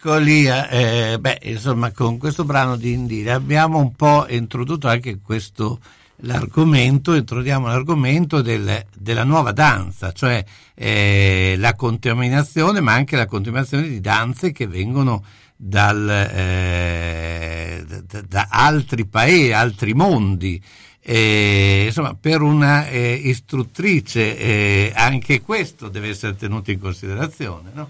Lia, eh, beh, insomma, con questo brano di Indira abbiamo un po' introdotto anche questo l'argomento, introduciamo l'argomento del, della nuova danza, cioè eh, la contaminazione, ma anche la contaminazione di danze che vengono dal, eh, da, da altri paesi, altri mondi. Eh, insomma, per una eh, istruttrice eh, anche questo deve essere tenuto in considerazione, no?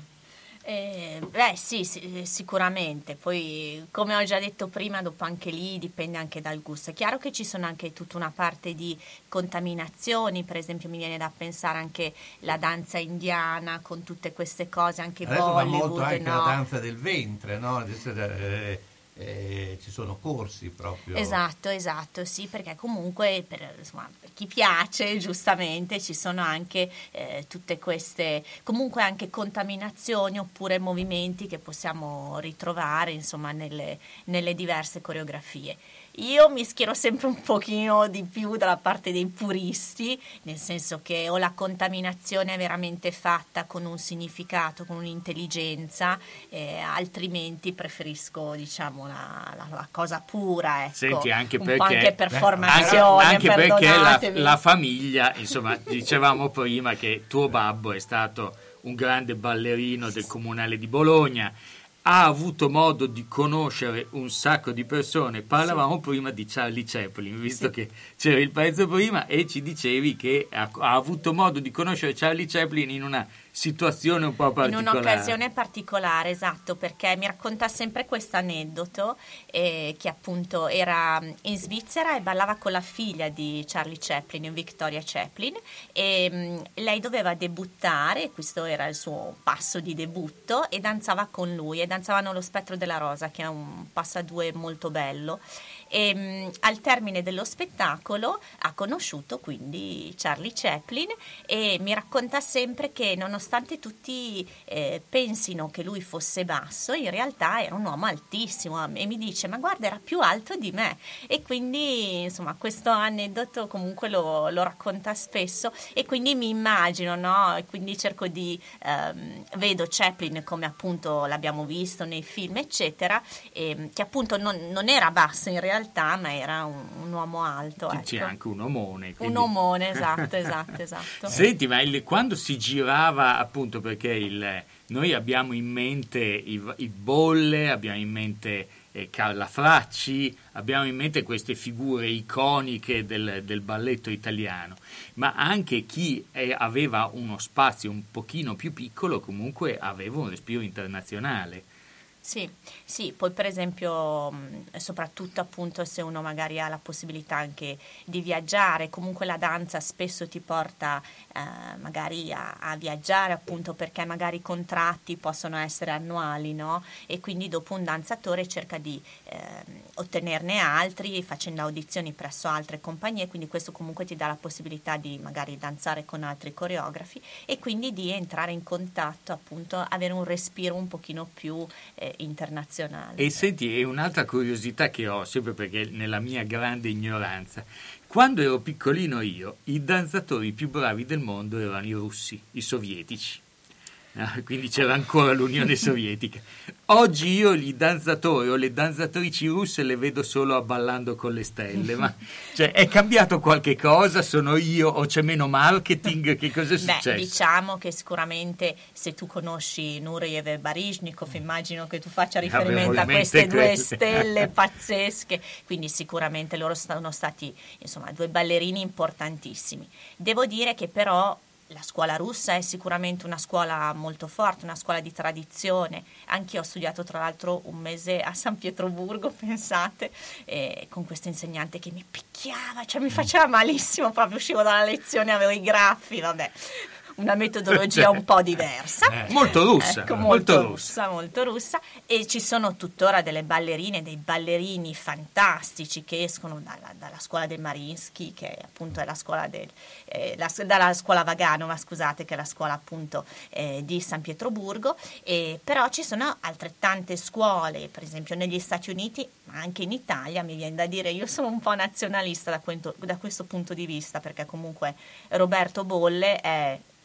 Eh, beh sì, sì, sicuramente, poi come ho già detto prima, dopo anche lì dipende anche dal gusto. È chiaro che ci sono anche tutta una parte di contaminazioni, per esempio mi viene da pensare anche la danza indiana con tutte queste cose, anche adesso va Bollywood, molto anche no? la danza del ventre, no? Adesso, eh, eh, ci sono corsi proprio. Esatto, esatto, sì, perché comunque per, insomma, per chi piace, giustamente, ci sono anche eh, tutte queste, comunque anche contaminazioni oppure movimenti che possiamo ritrovare, insomma, nelle, nelle diverse coreografie. Io mi schiero sempre un pochino di più dalla parte dei puristi, nel senso che o la contaminazione è veramente fatta con un significato, con un'intelligenza, eh, altrimenti preferisco, diciamo, la, la, la cosa pura, ecco. Senti, anche un perché, po' anche per formazione, anche perché la, perdonatemi. la famiglia, insomma, dicevamo prima che tuo babbo è stato un grande ballerino del Comunale di Bologna, ha avuto modo di conoscere un sacco di persone. Parlavamo sì. prima di Charlie Chaplin, visto sì. che c'era il pezzo prima, e ci dicevi che ha, ha avuto modo di conoscere Charlie Chaplin in una situazione un po' particolare. In un'occasione particolare, esatto, perché mi racconta sempre questo aneddoto eh, che appunto era in Svizzera e ballava con la figlia di Charlie Chaplin, Victoria Chaplin, e mh, lei doveva debuttare, questo era il suo passo di debutto, e danzava con lui, e danzavano lo Spettro della Rosa, che è un passo a due molto bello. E mh, al termine dello spettacolo ha conosciuto quindi Charlie Chaplin, e mi racconta sempre che nonostante tutti eh, pensino che lui fosse basso, in realtà era un uomo altissimo, e mi dice: ma guarda, era più alto di me. E quindi insomma questo aneddoto comunque lo, lo racconta spesso, e quindi mi immagino, no? E quindi cerco di ehm, vedo Chaplin come appunto l'abbiamo visto nei film eccetera, e, che appunto non, non era basso in realtà, realtà, ma era un, un uomo alto. Ecco. C'è anche un omone. Quindi... Un omone, esatto, esatto, esatto. Senti, ma il, quando si girava, appunto, perché il, noi abbiamo in mente il, il Bolle, abbiamo in mente eh, Carla Fracci, abbiamo in mente queste figure iconiche del, del balletto italiano, ma anche chi eh, aveva uno spazio un pochino più piccolo comunque aveva un respiro internazionale. Sì, sì, poi per esempio soprattutto appunto se uno magari ha la possibilità anche di viaggiare, comunque la danza spesso ti porta eh, magari a, a viaggiare, appunto perché magari i contratti possono essere annuali, no? E quindi dopo un danzatore cerca di eh, ottenerne altri facendo audizioni presso altre compagnie, quindi questo comunque ti dà la possibilità di magari danzare con altri coreografi e quindi di entrare in contatto, appunto avere un respiro un pochino più eh, internazionale. E senti, è un'altra curiosità che ho, sempre perché nella mia grande ignoranza, quando ero piccolino io, i danzatori più bravi del mondo erano i russi, i sovietici. Ah, quindi c'era ancora l'Unione Sovietica. Oggi io i danzatori o le danzatrici russe le vedo solo ballando con le stelle, ma cioè, è cambiato qualche cosa? Sono io o c'è meno marketing? Che cosa è successo? Beh, diciamo che sicuramente se tu conosci Nureyev e Baryshnikov, immagino che tu faccia riferimento a queste due quelle. stelle pazzesche, quindi sicuramente loro sono stati insomma due ballerini importantissimi. Devo dire che però la scuola russa è sicuramente una scuola molto forte, una scuola di tradizione. Anch'io ho studiato tra l'altro un mese a San Pietroburgo, pensate, eh, con questo insegnante che mi picchiava, cioè mi faceva malissimo, proprio uscivo dalla lezione, avevo i graffi, vabbè. Una metodologia un po' diversa, eh, molto russa, ecco, molto, molto russa. russa, molto russa, e ci sono tuttora delle ballerine, dei ballerini fantastici che escono dalla, dalla scuola del Mariinsky, che appunto è la scuola del, eh, la, dalla scuola Vaganova, scusate, che è la scuola appunto eh, di San Pietroburgo, e però ci sono altrettante scuole, per esempio negli Stati Uniti, ma anche in Italia. Mi viene da dire, io sono un po' nazionalista da, questo, da questo punto di vista, perché comunque Roberto Bolle è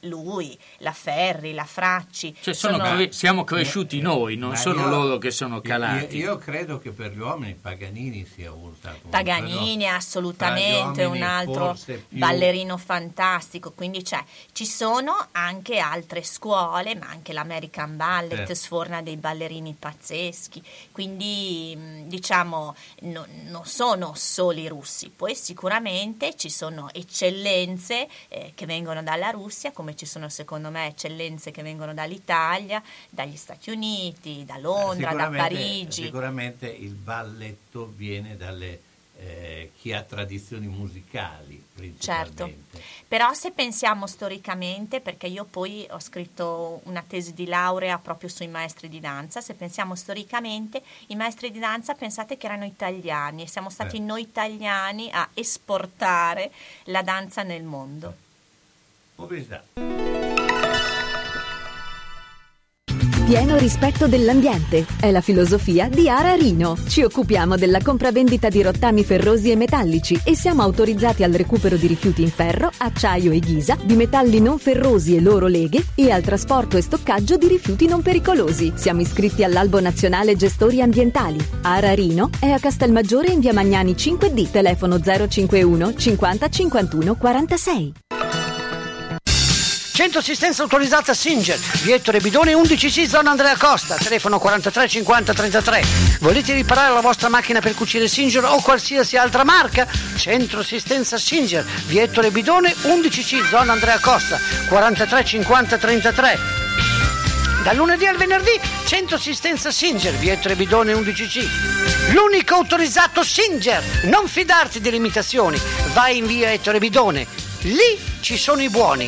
lui, la Ferri, la Fracci. Cioè sono sono... cre- siamo cresciuti noi, non Ma sono io- loro che sono calati. Io, io credo che per gli uomini Paganini sia un stato un Paganini credo, assolutamente tra gli un uomini altro forse più- ballerino fantastico, quindi c'è, ci sono anche altre scuole, ma anche l'American Ballet Certo. sforna dei ballerini pazzeschi, quindi mh, diciamo no- non sono solo i russi, poi sicuramente ci sono eccellenze eh, che vengono dalla Russia, come ci sono secondo me eccellenze che vengono dall'Italia, dagli Stati Uniti, da Londra, da Sicuramente- Parigi. Sicuramente il balletto viene dalle eh, chi ha tradizioni musicali Certo, principalmente. però se pensiamo storicamente, perché io poi ho scritto una tesi di laurea proprio sui maestri di danza, se pensiamo storicamente, i maestri di danza pensate che erano italiani e siamo stati Eh. noi italiani a esportare la danza nel mondo. Pubblicità. Pieno rispetto dell'ambiente è la filosofia di Ara Rino. Ci occupiamo della compravendita di rottami ferrosi e metallici e siamo autorizzati al recupero di rifiuti in ferro, acciaio e ghisa, di metalli non ferrosi e loro leghe e al trasporto e stoccaggio di rifiuti non pericolosi. Siamo iscritti all'Albo Nazionale Gestori Ambientali. Ara Rino è a Castelmaggiore in via Magnani cinque D, telefono zero cinquantuno cinquanta cinquantuno quarantasei. Centro assistenza autorizzata Singer, via Ettore Bidone undici C, zona Andrea Costa, telefono quarantatré cinquanta trentatré. Volete riparare la vostra macchina per cucire Singer o qualsiasi altra marca? Centro assistenza Singer, via Ettore Bidone undici C, zona Andrea Costa, quarantatré cinquanta trentatré. Dal lunedì al venerdì, Centro assistenza Singer, via Ettore Bidone undici C. L'unico autorizzato Singer. Non fidarti delle imitazioni. Vai in via Ettore Bidone. Lì ci sono i buoni.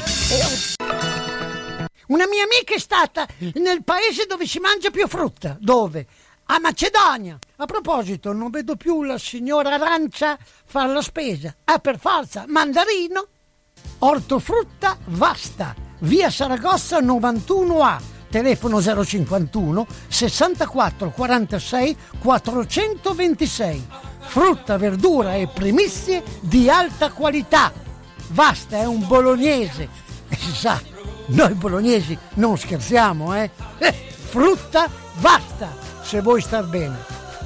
Una mia amica è stata nel paese dove si mangia più frutta. Dove? A Macedonia. A proposito, non vedo più la signora Arancia fare la spesa. Ah, per forza, mandarino, ortofrutta Vasta, via Saragossa novantuno A, telefono zero cinquantuno sessantaquattro quarantasei quattrocentoventisei. Frutta, verdura e primizie di alta qualità. Vasta è un bolognese e si sa, noi bolognesi non scherziamo, eh? eh frutta Vasta, se vuoi star bene.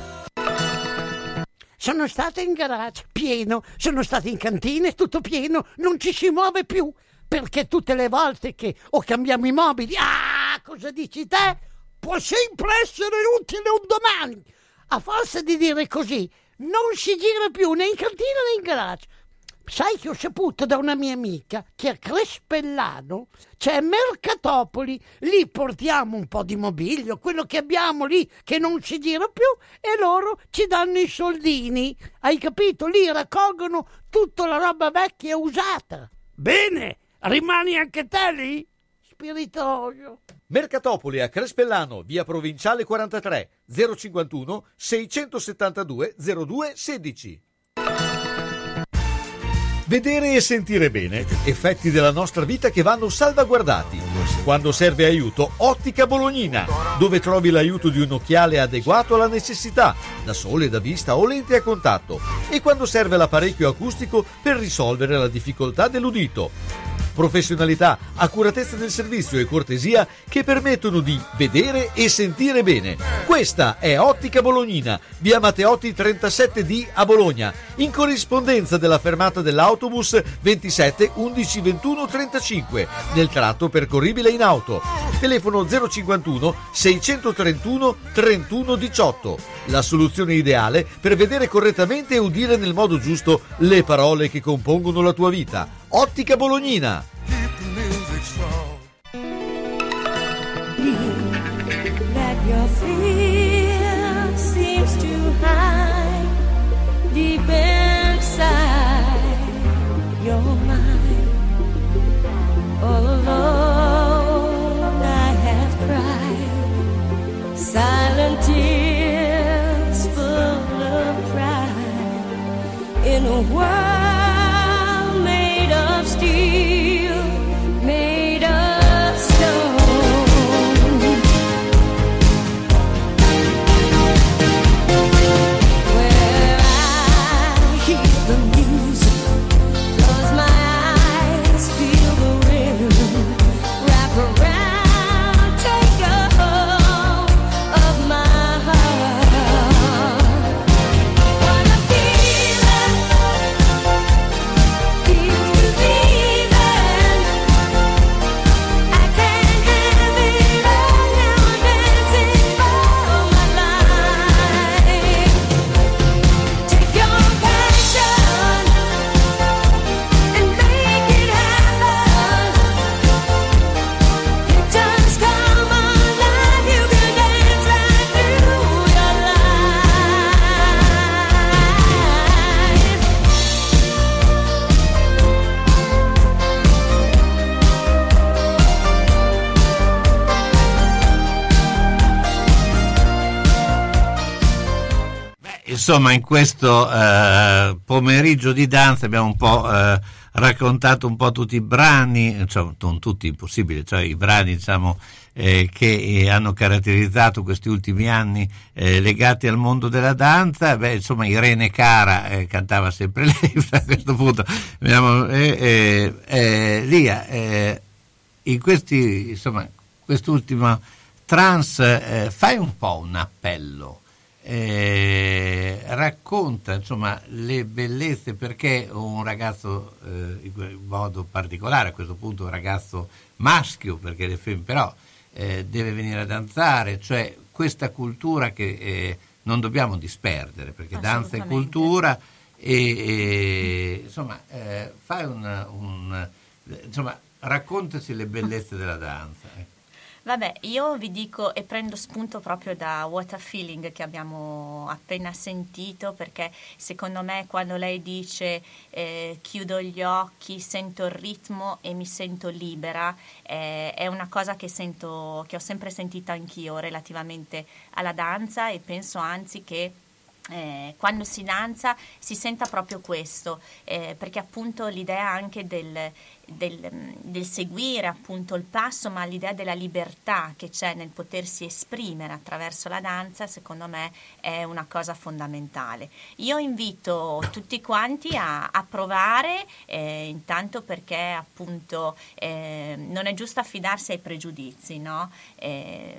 Sono stata in garage, pieno, sono stata in cantina, tutto pieno, non ci si muove più, perché tutte le volte che o cambiamo i mobili, ah, cosa dici te? Può sempre essere utile un domani. A forza di dire così, non si gira più né in cantina né in garage. Sai che ho saputo da una mia amica che a Crespellano c'è Mercatopoli, lì portiamo un po' di mobilio, quello che abbiamo lì che non si gira più e loro ci danno i soldini, hai capito? Lì raccolgono tutta la roba vecchia e usata. Bene, rimani anche te lì? Spiritoso. Mercatopoli a Crespellano, via Provinciale quarantatré, zero cinquantuno seicentosettantadue zero due sedici. Vedere e sentire bene, effetti della nostra vita che vanno salvaguardati. Quando serve aiuto, Ottica Bolognina, dove trovi l'aiuto di un occhiale adeguato alla necessità, da sole, da vista o lente a contatto, e quando serve l'apparecchio acustico per risolvere la difficoltà dell'udito. Professionalità, accuratezza del servizio e cortesia che permettono di vedere e sentire bene. Questa è Ottica Bolognina, via Matteotti trentasette D a Bologna, in corrispondenza della fermata dell'autobus ventisette undici ventuno trentacinque, nel tratto percorribile in auto. Telefono zero cinquantuno seicentotrentuno trentuno diciotto. La soluzione ideale per vedere correttamente e udire nel modo giusto le parole che compongono la tua vita. Ottica Bolognina. That your fear seems to hide deep inside your mind. All alone I have cried silent tears full of pride in a world made of steel, made of stone. The music, close my eyes, feel the rhythm. insomma, in questo eh, pomeriggio di danza abbiamo un po' eh, raccontato un po' tutti i brani, cioè, non tutti, impossibile, cioè i brani, diciamo, eh, che eh, hanno caratterizzato questi ultimi anni eh, legati al mondo della danza. Beh, insomma, Irene Cara eh, cantava sempre lei a questo punto. Abbiamo, eh, eh, eh, Lia, eh, in questi, insomma, quest'ultima trance, eh, fai un po' un appello. Eh, racconta, insomma, le bellezze, perché un ragazzo eh, in modo particolare, a questo punto un ragazzo maschio, perché le femmine però eh, deve venire a danzare, cioè questa cultura che eh, non dobbiamo disperdere, perché danza è cultura e, e insomma eh, fai un, un insomma raccontaci le bellezze della danza. eh. Vabbè, io vi dico e prendo spunto proprio da What a Feeling che abbiamo appena sentito, perché secondo me quando lei dice eh, chiudo gli occhi, sento il ritmo e mi sento libera, eh, è una cosa che sento, che ho sempre sentito anch'io relativamente alla danza, e penso anzi che Eh, quando si danza si senta proprio questo, eh, perché appunto l'idea anche del, del, del seguire appunto il passo, ma l'idea della libertà che c'è nel potersi esprimere attraverso la danza, secondo me è una cosa fondamentale. Io invito tutti quanti a, a provare, eh, intanto perché appunto eh, non è giusto affidarsi ai pregiudizi, no? Eh,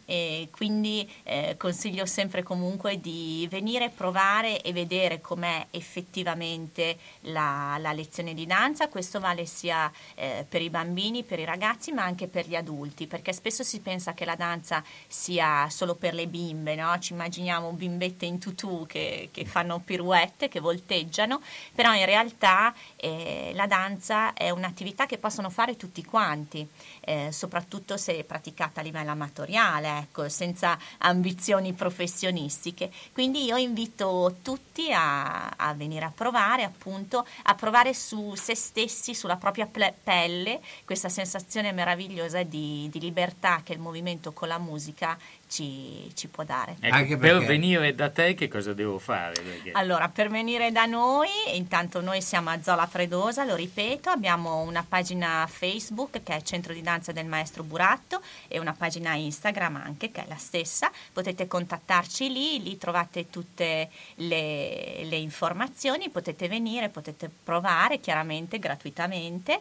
e quindi eh, consiglio sempre comunque di venire, provare e vedere com'è effettivamente la, la lezione di danza. Questo vale sia eh, per i bambini, per i ragazzi, ma anche per gli adulti, perché spesso si pensa che la danza sia solo per le bimbe, no? Ci immaginiamo bimbette in tutù che, che fanno pirouette, che volteggiano, però in realtà eh, la danza è un'attività che possono fare tutti quanti, eh, soprattutto se praticata a livello amatoriale, ecco, senza ambizioni professionistiche. Quindi io invito tutti a, a venire a provare, appunto, a provare su se stessi, sulla propria ple- pelle, questa sensazione meravigliosa di, di libertà che il movimento con la musica ci, ci può dare. Ecco, Anche per perché- venire da te che cosa devo fare? Perché... Allora, per venire da noi, intanto noi siamo a Zola Predosa, lo ripeto, abbiamo una pagina Facebook che è Centro di Danza del Maestro Buratto e una pagina Instagram anche che è la stessa, potete contattarci lì, lì trovate tutte le, le informazioni, potete venire, potete provare chiaramente gratuitamente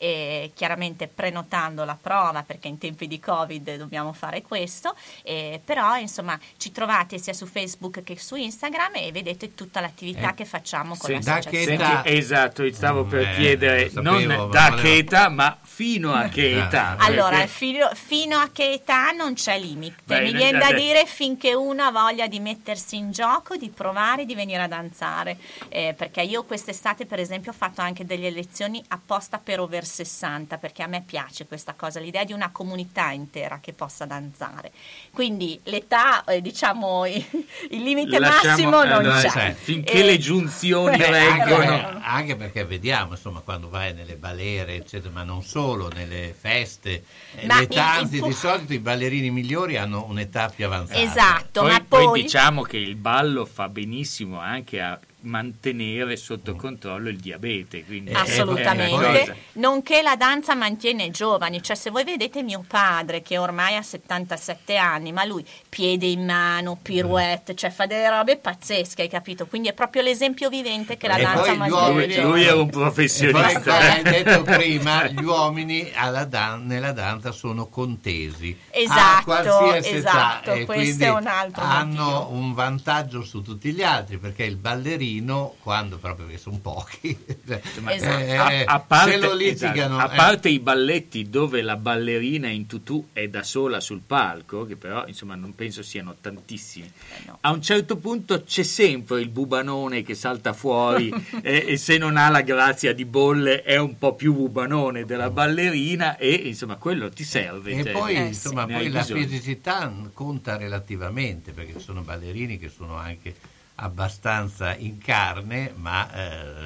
e chiaramente prenotando la prova, perché in tempi di Covid dobbiamo fare questo, e però insomma ci trovate sia su Facebook che su Instagram e vedete tutta l'attività Eh, che facciamo con Sì, l'associazione. Senti, esatto, stavo per Eh, chiedere lo sapevo, non ma da volevo- che età, ma fino a che età? Allora, Perché- fino, fino a che età non c'è limite. Beh, Mi noi- viene da adesso- dire finché uno ha voglia di mettersi in gioco, di provare, di venire a danzare. Eh, perché io quest'estate, per esempio, ho fatto anche delle lezioni apposta per over sessanta, perché a me piace questa cosa, l'idea di una comunità intera che possa danzare. Quindi l'età, eh, diciamo, il limite Lasciamo- massimo eh, non no, c'è. sì, finché Eh, le giunzioni Beh, reggono. anche, anche perché vediamo, insomma, quando vai nelle balere, eccetera, ma non solo, nelle feste, eh, Ma le il- tanze, il- di solito i ballerini migliori hanno un'età più avanzata. Esatto, Poi, ma poi poi... diciamo che il ballo fa benissimo anche a mantenere sotto Mm. controllo il diabete, quindi Eh, è una cosa. Assolutamente, nonché la danza mantiene giovani, cioè se voi vedete mio padre che ormai ha settantasette anni, ma lui piede in mano, pirouette, cioè fa delle robe pazzesche, hai capito? Quindi è proprio l'esempio vivente che la E danza poi gli mantiene uomini- giovani. Lui è un E poi, professionista. come hai detto prima, gli uomini alla dan- nella danza sono contesi a Esatto, qualsiasi esatto, età, e questo quindi è un altro hanno motivo. un vantaggio su tutti gli altri, perché il ballerino, quando proprio che sono pochi, Esatto. eh, a, a parte, se lo litigano, esatto, a eh. parte i balletti dove la ballerina in tutù è da sola sul palco, che però insomma non penso siano tantissimi, a un certo punto c'è sempre il bubanone che salta fuori e, e se non ha la grazia di bolle è un po' più bubanone della ballerina e insomma quello ti serve. E cioè, poi, ne- insomma, ne poi hai la bisogno. fisicità conta relativamente, perché ci sono ballerini che sono anche abbastanza in carne, ma eh,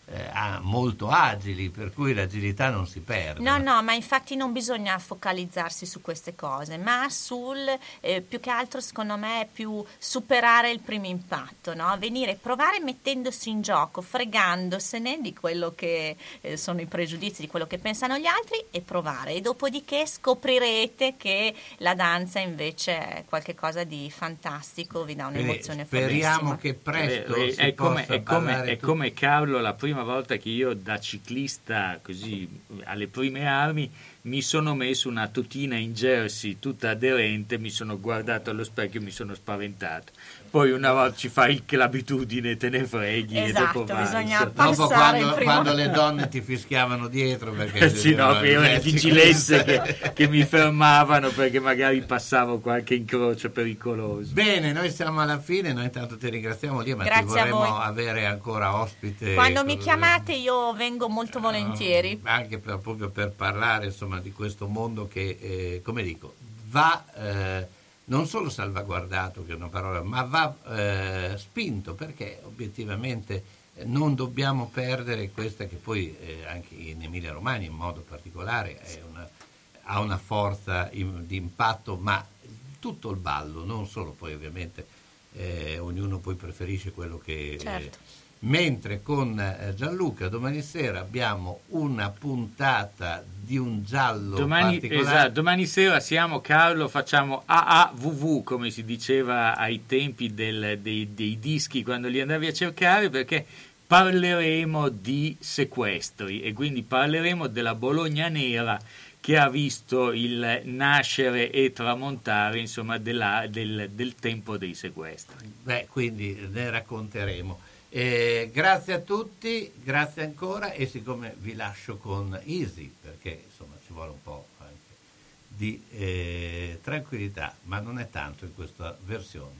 eh, molto agili, per cui l'agilità non si perde. No, no, ma infatti non bisogna focalizzarsi su queste cose, ma sul, eh, più che altro secondo me è più superare il primo impatto, no? Venire, provare mettendosi in gioco, fregandosene di quello che eh, sono i pregiudizi, di quello che pensano gli altri, e provare. E dopodiché scoprirete che la danza invece è qualcosa di fantastico, vi dà un'emozione fortissima. Speriamo che presto Eh, eh, si è, come, possa è, come, parlare è tu- come Carlo la prima volta che io da ciclista così alle prime armi mi sono messo una tutina in jersey tutta aderente, mi sono guardato allo specchio e mi sono spaventato. Poi una volta ci fai l'abitudine, te ne freghi Esatto, e dopo vai. bisogna dopo passare quando, il primo- quando le donne ti fischiavano dietro perché sì, no, vedevano io il le mezzo. vigilenze che, che mi fermavano perché magari passavo qualche incrocio pericoloso. Bene, noi siamo alla fine, noi intanto ti ringraziamo lì, ma Grazie ti a vorremmo voi. avere ancora ospite. Quando mi così, chiamate io vengo molto volentieri. anche per, proprio per parlare insomma di questo mondo che, eh, come dico, va eh, non solo salvaguardato, che è una parola, ma va eh, spinto, perché obiettivamente eh, non dobbiamo perdere questa che poi eh, anche in Emilia Romagna in modo particolare è una, ha una forza in- di impatto, ma tutto il ballo, non solo, poi ovviamente eh, ognuno poi preferisce quello che... Certo. eh, mentre con eh, Gianluca domani sera abbiamo una puntata di un giallo Domani, particolare. esatto, domani sera siamo, Carlo, facciamo A A V V, come si diceva ai tempi del- dei, dei dischi quando li andavi a cercare, perché parleremo di sequestri e quindi parleremo della Bologna nera che ha visto il nascere e tramontare insomma della- del, del tempo dei sequestri. Beh, quindi ne racconteremo. Eh, grazie a tutti, grazie ancora, e siccome vi lascio con Easy, perché insomma ci vuole un po' anche di eh, tranquillità, ma non è tanto in questa versione.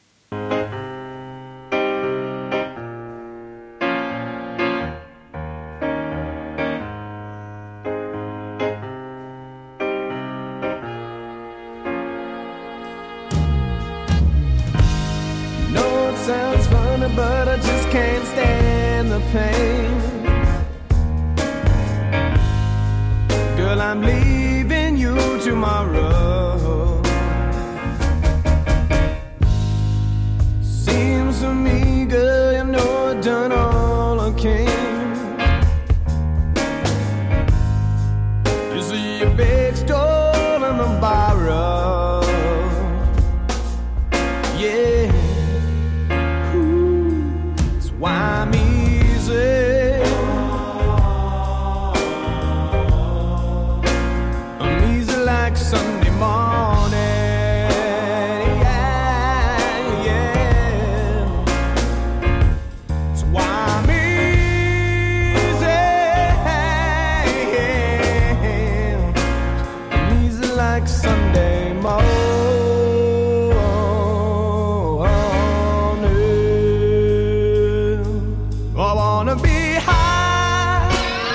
No, it sounds funny, but I just can't stand the pain. Girl, I'm leaving you tomorrow. Seems to me, girl, you know I've done all I can. You see your big stolen and borrowed. Yeah. That's why I'm easy. I'm easy like Sunday morning. Yeah, yeah. That's why I'm easy. I'm easy like Sunday morning. I wanna be high,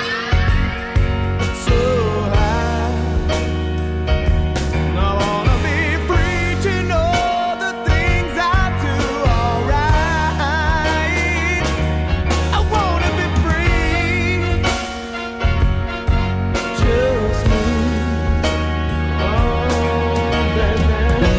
so high. I wanna be free to know the things I do alright. I wanna be free, just me. Oh, baby.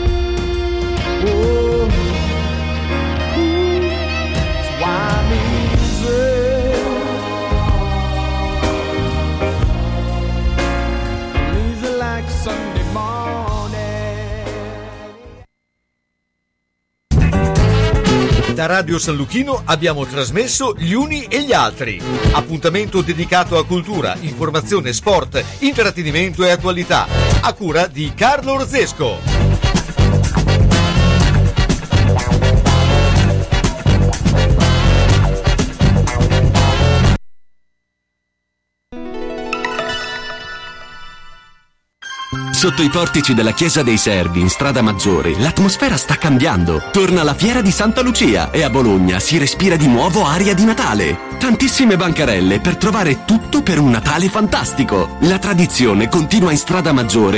Oh, that's why I'm easy. Da Radio San Luchino abbiamo trasmesso Gli Uni e gli Altri. Appuntamento dedicato a cultura, informazione, sport, intrattenimento e attualità. A cura di Carlo Orzesco. Sotto i portici della Chiesa dei Servi, in Strada Maggiore, l'atmosfera sta cambiando. Torna la Fiera di Santa Lucia e a Bologna si respira di nuovo aria di Natale. Tantissime bancarelle per trovare tutto per un Natale fantastico. La tradizione continua in Strada Maggiore